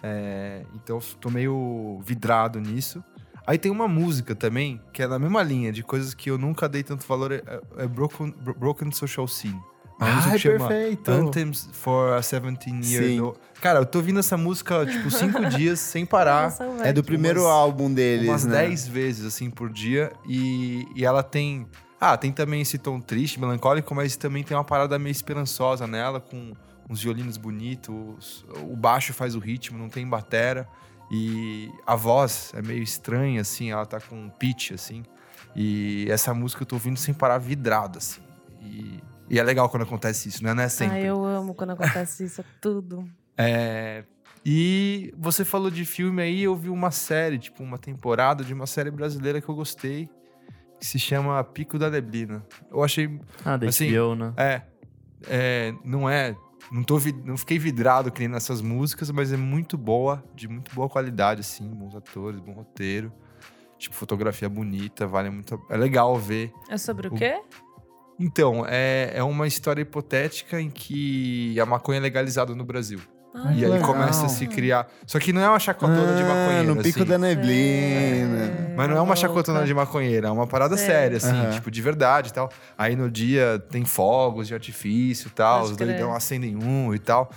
É, então eu tô meio vidrado nisso. Aí tem uma música também, que é na mesma linha, de coisas que eu nunca dei tanto valor, é, é Broken, Bro- Broken Social Scene. Uma Ah, música é que chama perfeito. Anthems for a seventeen year Sim. old. Cara, eu tô ouvindo essa música, tipo, cinco dias sem parar. Nossa, É velho. do primeiro Umas- álbum deles, umas né? dez vezes, assim, por dia. E, e ela tem... Ah, tem também esse tom triste, melancólico, mas também tem uma parada meio esperançosa nela, com uns violinos bonitos. O baixo faz o ritmo, não tem batera. E a voz é meio estranha, assim, ela tá com um pitch, assim. E essa música eu tô ouvindo sem parar vidrado, assim. E, e é legal quando acontece isso, né? Não é sempre. Ai, eu amo quando acontece isso, é tudo. É... E você falou de filme aí, eu vi uma série, tipo, uma temporada de uma série brasileira que eu gostei, que se chama Pico da Neblina. Eu achei... Ah, da Assim, H B O, né? É, é, não é... Não, tô, vi- não fiquei vidrado que nem nessas músicas, mas é muito boa, de muito boa qualidade, assim. Bons atores, bom roteiro. Tipo, fotografia bonita, vale muito... a- É legal ver. É sobre o O- quê? Então, é, é uma história hipotética em que a maconha é legalizada no Brasil. Ai, E que aí legal. começa a se criar... Só que não é uma chacotona de Ah, maconheiro, no Pico assim. da Neblina. Sei. Mas não é uma chacotona Louca. de maconheira, é uma parada Sei. séria, assim, Aham. tipo, de verdade e tal. Aí no dia tem fogos de artifício e tal, Pode os crer. doidão acendem um e tal.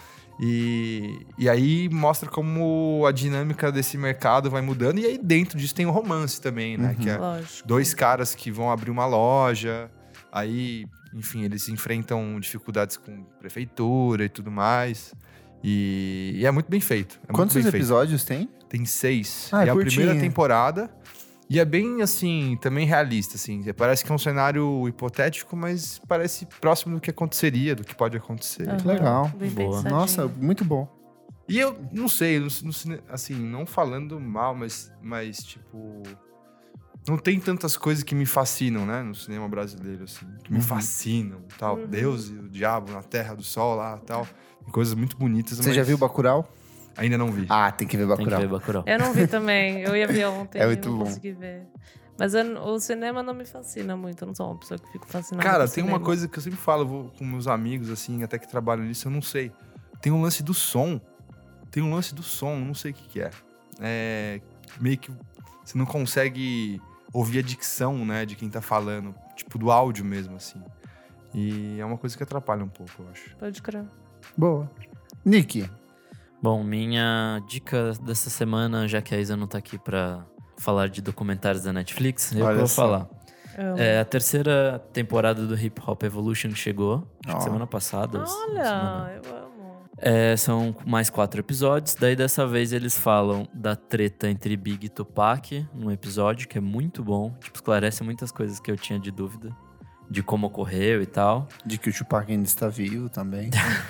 E, e aí mostra como a dinâmica desse mercado vai mudando. E aí dentro disso tem o romance também, né? Uhum. Que é Lógico. dois caras que vão abrir uma loja, aí, enfim, eles enfrentam dificuldades com prefeitura e tudo mais. E, e é muito bem feito. É Quantos muito bem feito. episódios tem? Tem seis. Ah, é e a curtinho. primeira temporada. E é bem, assim, também realista, assim. Parece que é um cenário hipotético, mas parece próximo do que aconteceria, do que pode acontecer. Aham. legal. Bem Boa. pensadinho. Nossa, muito bom. E eu não sei, no, no cine- assim, não falando mal, mas, mas, tipo... Não tem tantas coisas que me fascinam, né? No cinema brasileiro, assim. Que me Uhum. fascinam, tal. Uhum. Deus e o diabo na terra do sol lá, tal. Tem coisas muito bonitas, Você mas já viu Bacurau? ainda não vi. Ah, tem que ver Tem que Bacurau. ver Bacurau. Eu não vi também. Eu ia ver ontem É e muito não bom. consegui ver. Mas eu- o cinema não me fascina muito. Eu não sou uma pessoa que fico fascinada Cara, por tem cinema. uma coisa que eu sempre falo eu vou com meus amigos, assim, até que trabalham nisso, eu não sei. Tem um lance do som. Tem um lance do som, não sei o que, que é. É. Meio que você não consegue ouvir a dicção, né, de quem tá falando. Tipo, do áudio mesmo, assim. E é uma coisa que atrapalha um pouco, eu acho. Pode crer. Boa. Nick, Bom, minha dica dessa semana, já que a Isa não tá aqui pra falar de documentários da Netflix, eu Olha vou só. falar. Amo. É, a terceira temporada do Hip Hop Evolution chegou, acho Ó. que semana passada. ou semana- Olha, eu amo. É, são mais quatro episódios. Daí dessa vez eles falam da treta entre Big e Tupac, num episódio que é muito bom. Tipo, esclarece muitas coisas que eu tinha de dúvida. De como ocorreu e tal. de que o Tupac ainda está vivo também.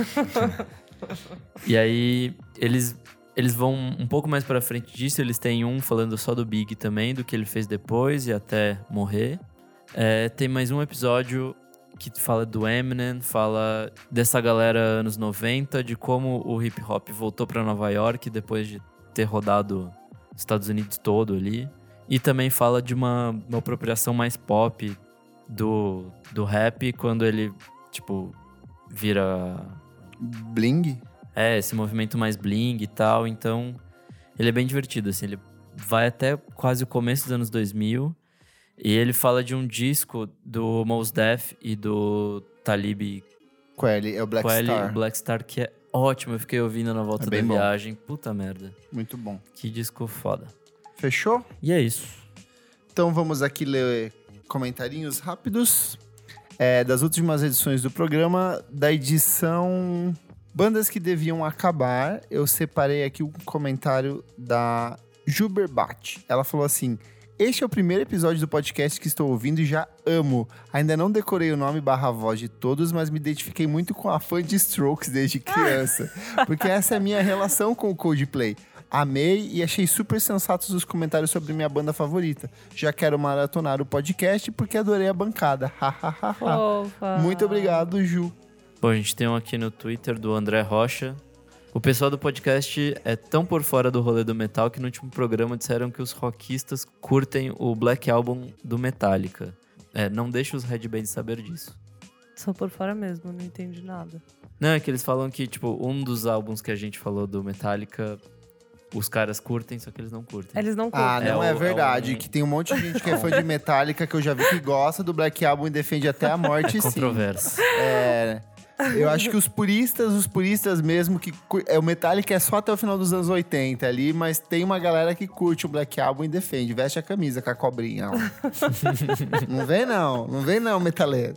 E aí eles, eles vão um pouco mais pra frente disso. Eles têm um falando só do Big também, do que ele fez depois e até morrer. É, tem mais um episódio que fala do Eminem, fala dessa galera anos noventa, de como o hip hop voltou pra Nova York depois de ter rodado os Estados Unidos todo ali. E também fala de uma, uma apropriação mais pop do, do rap, quando ele, tipo, vira... Bling? É, esse movimento mais bling e tal. Então, ele é bem divertido, assim. Ele vai até quase o começo dos anos dois mil. E ele fala de um disco do Mos Def e do Talib Kweli, é o Black Kweli, Star. Black Star, que é ótimo. Eu fiquei ouvindo na volta É da bem bom. viagem. Puta merda. Muito bom. Que disco foda. Fechou? E é isso. Então vamos aqui ler comentarinhos rápidos é, das últimas edições do programa. Da edição Bandas que Deviam Acabar, eu separei aqui um comentário da Juberbat. Ela falou assim: este é o primeiro episódio do podcast que estou ouvindo e já amo. Ainda não decorei o nome barra voz de todos, mas me identifiquei muito com a fã de Strokes desde criança. Porque essa é a minha relação com o Coldplay. Amei e achei super sensatos os comentários sobre minha banda favorita. Já quero maratonar o podcast porque adorei a bancada. Fofa. Muito obrigado, Ju. Bom, a gente tem um aqui no Twitter do André Rocha. O pessoal do podcast é tão por fora do rolê do metal que no último programa disseram que os rockistas curtem o Black Album do Metallica. É, não deixa os headbands saber disso. Só por fora mesmo, não entendi nada. Não, é que eles falam que, tipo, um dos álbuns que a gente falou do Metallica, os caras curtem, só que eles não curtem. Eles não Ah, curtem. não É é, o- verdade. é um- Que tem um monte de gente que é fã de Metallica que eu já vi que gosta do Black Album e defende até a morte, sim. Controverso. É, eu acho que os puristas, os puristas mesmo, que cu- é, o Metallica é só até o final dos anos oitenta ali, mas tem uma galera que curte o Black Album e defende, veste a camisa com a cobrinha lá. Não vem não, não vem não, metaleiro.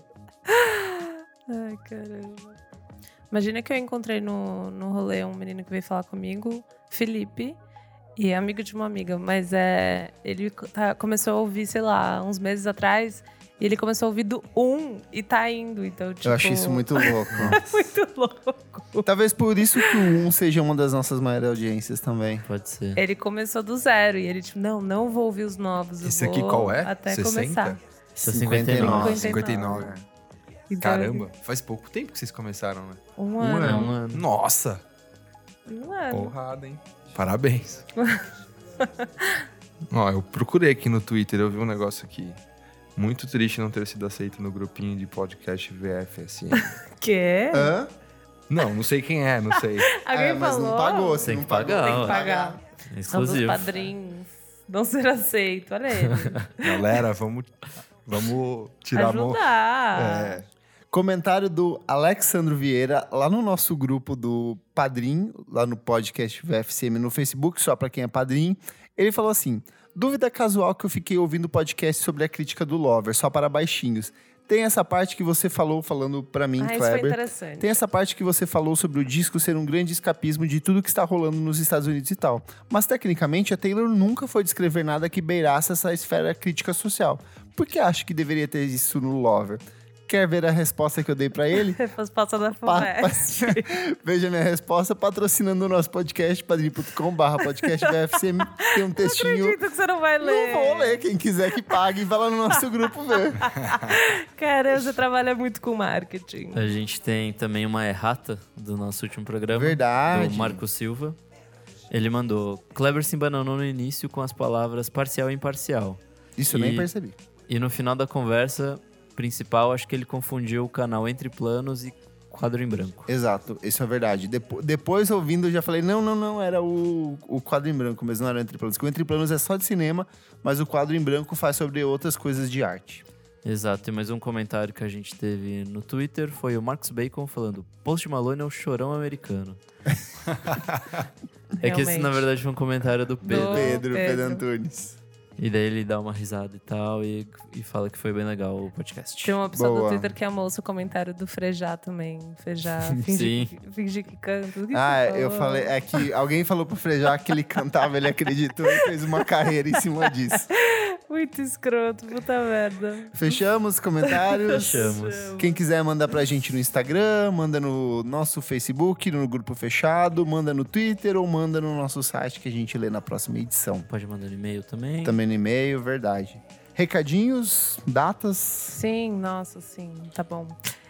Ai, caramba. Imagina que eu encontrei no, no rolê um menino que veio falar comigo, Felipe, e é amigo de uma amiga, mas é, ele tá- começou a ouvir, sei lá, uns meses atrás, e ele começou a ouvir do um e tá indo, então, tipo... Eu acho isso muito louco. muito louco. Talvez por isso que o um seja uma das nossas maiores audiências também. Pode ser. Ele começou do zero, e ele, tipo, não, não vou ouvir os novos, eu Esse vou aqui qual é? até sessenta? começar. Isso é cinquenta e nove. cinquenta e nove. Então, Caramba, faz pouco tempo que vocês começaram, né? Um É, ano. um ano. Nossa! Um ano. Porrada, hein? Parabéns. Ó, eu procurei aqui no Twitter, eu vi um negócio aqui. Muito triste não ter sido aceito no grupinho de podcast V F S M. Quê? Hã? Não, não sei quem é, não sei. Alguém É, mas falou? não pagou, você Tem não que pagar, pagou. Tem ó. que pagar. São dos Exclusivo. padrinhos. Não ser aceito, olha ele. Galera, vamos, vamos tirar a mão. Ajudar. É. Comentário do Alexandro Vieira, lá no nosso grupo do Padrim, lá no podcast V F C M no Facebook, só pra quem é padrim. Ele falou assim: dúvida casual que eu fiquei ouvindo o podcast sobre a crítica do Lover, só para baixinhos. Tem essa parte que você falou, falando pra mim, Ah, isso foi Kleber. interessante. Tem essa parte que você falou sobre o disco ser um grande escapismo de tudo que está rolando nos Estados Unidos e tal. Mas, tecnicamente, a Taylor nunca foi descrever nada que beirasse essa esfera crítica social. Por que acha que deveria ter isso no Lover? Quer ver a resposta que eu dei pra ele? Resposta da Pa- FUVEST. Veja minha resposta patrocinando o nosso podcast, padrim ponto com barra podcast V F C M. Tem um textinho... Acredito que você não vai ler. Não vou ler. Quem quiser que pague, vai lá no nosso grupo ver. Cara, você trabalha muito com marketing. A gente tem também uma errata do nosso último programa. Verdade. Do Marco Silva. Ele mandou: Kleber se embananou no início com as palavras parcial e imparcial. Isso eu nem E- percebi. E no final da conversa principal, acho que ele confundiu o canal Entre Planos e quadro em branco. Exato, isso é verdade. Depo- depois, ouvindo, eu já falei, não, não, não, era o, o quadro em branco, mas não era o Entre Planos. Porque o Entre Planos é só de cinema, mas o quadro em branco faz sobre outras coisas de arte. Exato, e mais um comentário que a gente teve no Twitter foi o Marcos Bacon falando: Post Malone é o chorão americano. É que esse, Realmente. na verdade, foi um comentário do Pedro. Do- Pedro, Pedro Pedro. Antunes. E daí ele dá uma risada e tal, e, e fala que foi bem legal o podcast. Tem uma pessoa Boa. do Twitter que amou o seu comentário do Frejá também. Frejá, Sim. fingir que, fingir que canta. O que Ah, você eu falou? falei, é que alguém falou pro Frejá que ele cantava, ele acreditou e fez uma carreira em cima disso. Muito escroto, puta merda. Fechamos os comentários? Fechamos. Quem quiser mandar pra gente no Instagram, manda no nosso Facebook, no grupo fechado, manda no Twitter ou manda no nosso site que a gente lê na próxima edição. Pode mandar no e-mail também. Também no e-mail, verdade. Recadinhos, datas. Sim, nossa, sim, tá bom.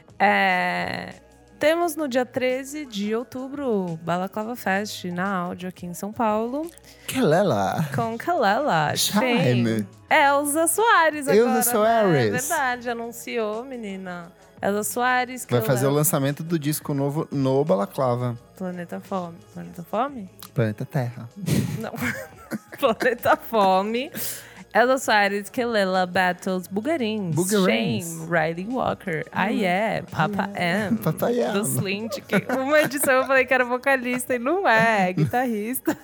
É, temos no dia treze de outubro, Balaclava Fest, na áudio aqui em São Paulo, Que lela. com Kalela, Shame. Sim. Elza Soares agora, Elza Soares. né? É verdade, anunciou, menina. Elza Soares, Vai fazer o Kalela. lançamento do disco novo no Balaclava. Planeta Fome. Planeta Fome? Planeta Terra. Não. Planeta Fome. Elza Soares, Kelela, Battles, Bugarins, Bugarins. Shame, Riley Walker, Ah Yeah, Papa M, Papa M. do Slint. Que uma edição eu falei que era vocalista e não é, é guitarrista.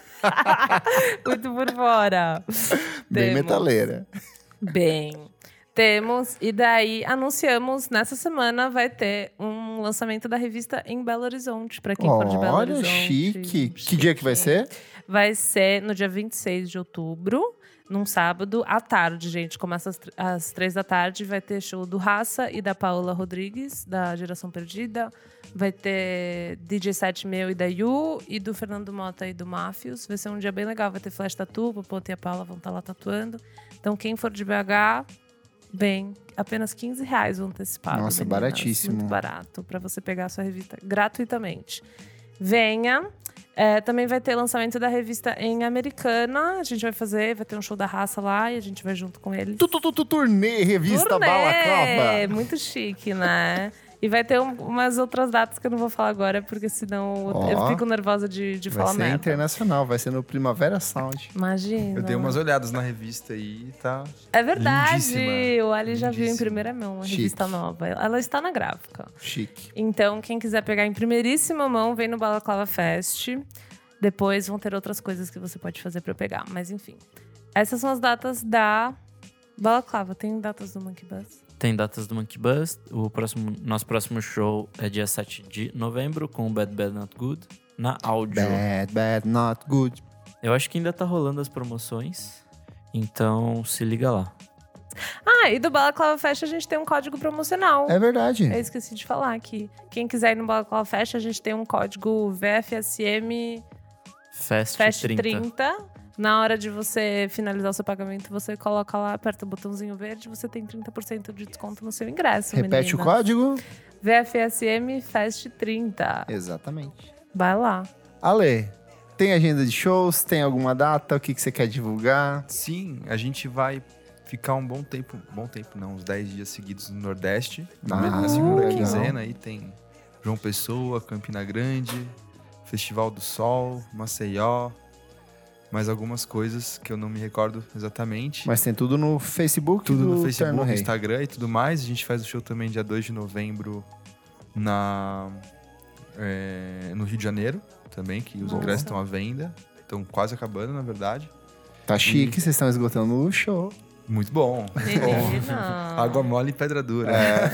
Muito por fora. Bem Temos. metaleira. Bem. Temos, e daí anunciamos, nessa semana vai ter um lançamento da revista em Belo Horizonte, pra quem for de Belo Olha, Horizonte. chique. Que dia que vai ser? Vai ser no dia vinte e seis de outubro, num sábado, à tarde, gente. Começa às, tr- às três da tarde, vai ter show do Raça e da Paola Rodrigues, da Geração Perdida. Vai ter D J set meu e da Yu, e do Fernando Mota e do Máfios. Vai ser um dia bem legal, vai ter flash tatu, o Popoto e a Paula vão estar lá tatuando. Então, quem for de B H, bem, apenas quinze reais o antecipado. Nossa, meninas. baratíssimo. Muito barato, pra você pegar a sua revista gratuitamente. Venha. É, também vai ter lançamento da revista em Americana. A gente vai fazer, vai ter um show da Raça lá e a gente vai junto com eles. Tu, tu, tu, tu, turnê, revista Turnê! Balaclava. Muito chique, né? E vai ter um- umas outras datas que eu não vou falar agora, porque senão Ó. eu fico nervosa de, de Vai falar ser merda. internacional, vai ser no Primavera Sound. Imagina. Eu dei umas olhadas na revista aí e tá. É verdade. Lindíssima. O Ali já viu em Lindíssima. primeira mão a Chique. revista nova. Ela está na gráfica. Chique. Então, quem quiser pegar em primeiríssima mão, vem no Balaclava Fest. Depois vão ter outras coisas que você pode fazer pra eu pegar. Mas enfim. Essas são as datas da Balaclava. Tem datas do Monkey Bus? Tem datas do Monkey Bus. O próximo, nosso próximo show é dia sete de novembro, com o Bad Bad Not Good, na áudio. Bad, bad, not good. Eu acho que ainda tá rolando as promoções, então se liga lá. Ah, e do Balaclava Fest a gente tem um código promocional. É verdade. Eu esqueci de falar aqui. Quem quiser ir no Balaclava Fest, a gente tem um código V F S M Fest, Fest trinta. trinta. Na hora de você finalizar o seu pagamento, você coloca lá, aperta o botãozinho verde, você tem trinta por cento de desconto no seu ingresso, Repete meninas. o código? V F S M Fest trinta. Exatamente. Vai lá. Ale, tem agenda de shows? Tem alguma data? O que, que você quer divulgar? Sim, a gente vai ficar um bom tempo, bom tempo não, uns dez dias seguidos no Nordeste. Ah, Na na segunda legal. quinzena aí tem João Pessoa, Campina Grande, Festival do Sol, Maceió, mais algumas coisas que eu não me recordo exatamente. Mas tem tudo no Facebook Tudo do no Terno Facebook, Rei. Instagram e tudo mais. A gente faz o show também dia dois de novembro na, é, no Rio de Janeiro também, que os Nossa. ingressos estão à venda. Estão quase acabando, na verdade. Tá chique, vocês estão esgotando o show. Muito bom. muito bom. Menina. Água mole e pedra dura. É.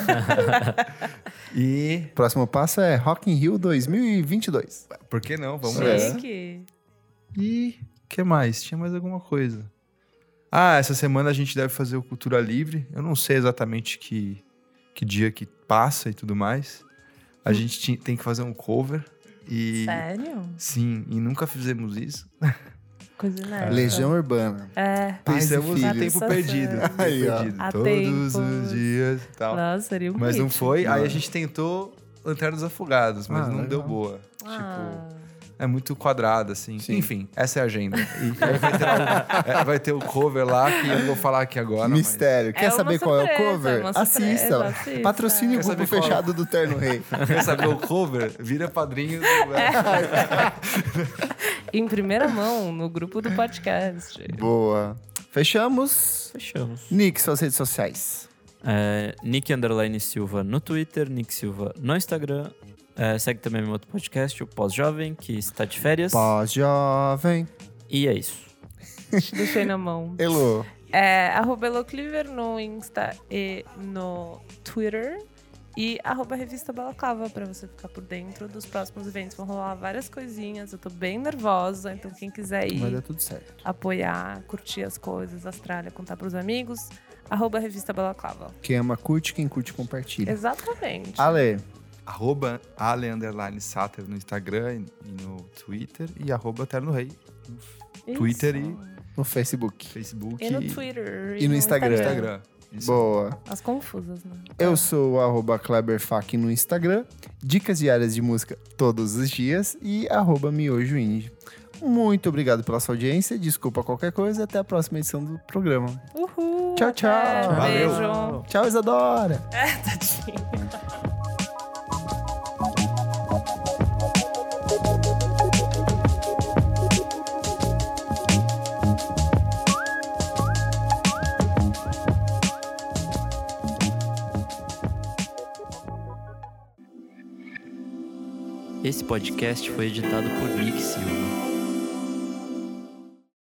E Próximo passo é Rock in Rio dois mil e vinte e dois. por que não? Vamos É. nessa. Chique. E o que mais? Tinha mais alguma coisa. Ah, essa semana a gente deve fazer o Cultura Livre. Eu não sei exatamente que, que dia que passa e tudo mais. A gente ti- tem que fazer um cover. E Sério? sim, e nunca fizemos isso. Coisa inédita. Legião Urbana. É. Pais e Pensamos filhos. em tempo perdido. Tempo Aí, ó. perdido. Há Todos tempos. os dias e tal. Nossa, seria um Mas não hit. foi. Aí Não. a gente tentou Lanterna dos Afogados, mas Ah, não legal. deu boa. Ah. Tipo, é muito quadrada, assim. Sim. Enfim, essa é a agenda. E aí vai ter, o, é, vai ter o cover lá, que eu não vou falar aqui agora. Mistério. Quer É saber uma qual é o surpresa, cover? uma surpresa, Assista. assista. Patrocine o Quer grupo saber qual é? fechado do Terno Rei. Mas quer saber o cover? Vira padrinho do... Em primeira mão, no grupo do podcast. Boa. Fechamos? Fechamos. Nick, suas redes sociais. É, Nick Underline Silva no Twitter, Nick Silva no Instagram. É, segue também meu outro podcast, o Pós-Jovem, que está de férias. Pós-jovem. E é isso. Deixei na mão. Elô. É arroba Elocliver no Insta e no Twitter. E arroba Revista Balaclava, pra você ficar por dentro dos próximos eventos. Vão rolar várias coisinhas. Eu tô bem nervosa, então quem quiser Vai ir dar tudo certo. apoiar, curtir as coisas, Austrália, contar pros amigos, arroba Revista Balaclava. Quem ama, curte. Quem curte, compartilha. Exatamente. Ale. Arroba Ale Underline Sater no Instagram e no Twitter. E arroba Terno Rei no Isso. Twitter e No Facebook. Facebook. E no Twitter. E no Instagram. Instagram. Isso. Boa. As confusas, né? Eu sou o arroba Kleberfac no Instagram. Dicas diárias de música todos os dias. E arroba Miojo Indie. Muito obrigado pela sua audiência. Desculpa qualquer coisa. Até a próxima edição do programa. Uhul. Tchau, tchau. Até. Valeu. Beijo. Tchau, Isadora. Tadinho. Esse podcast foi editado por Nick Silva.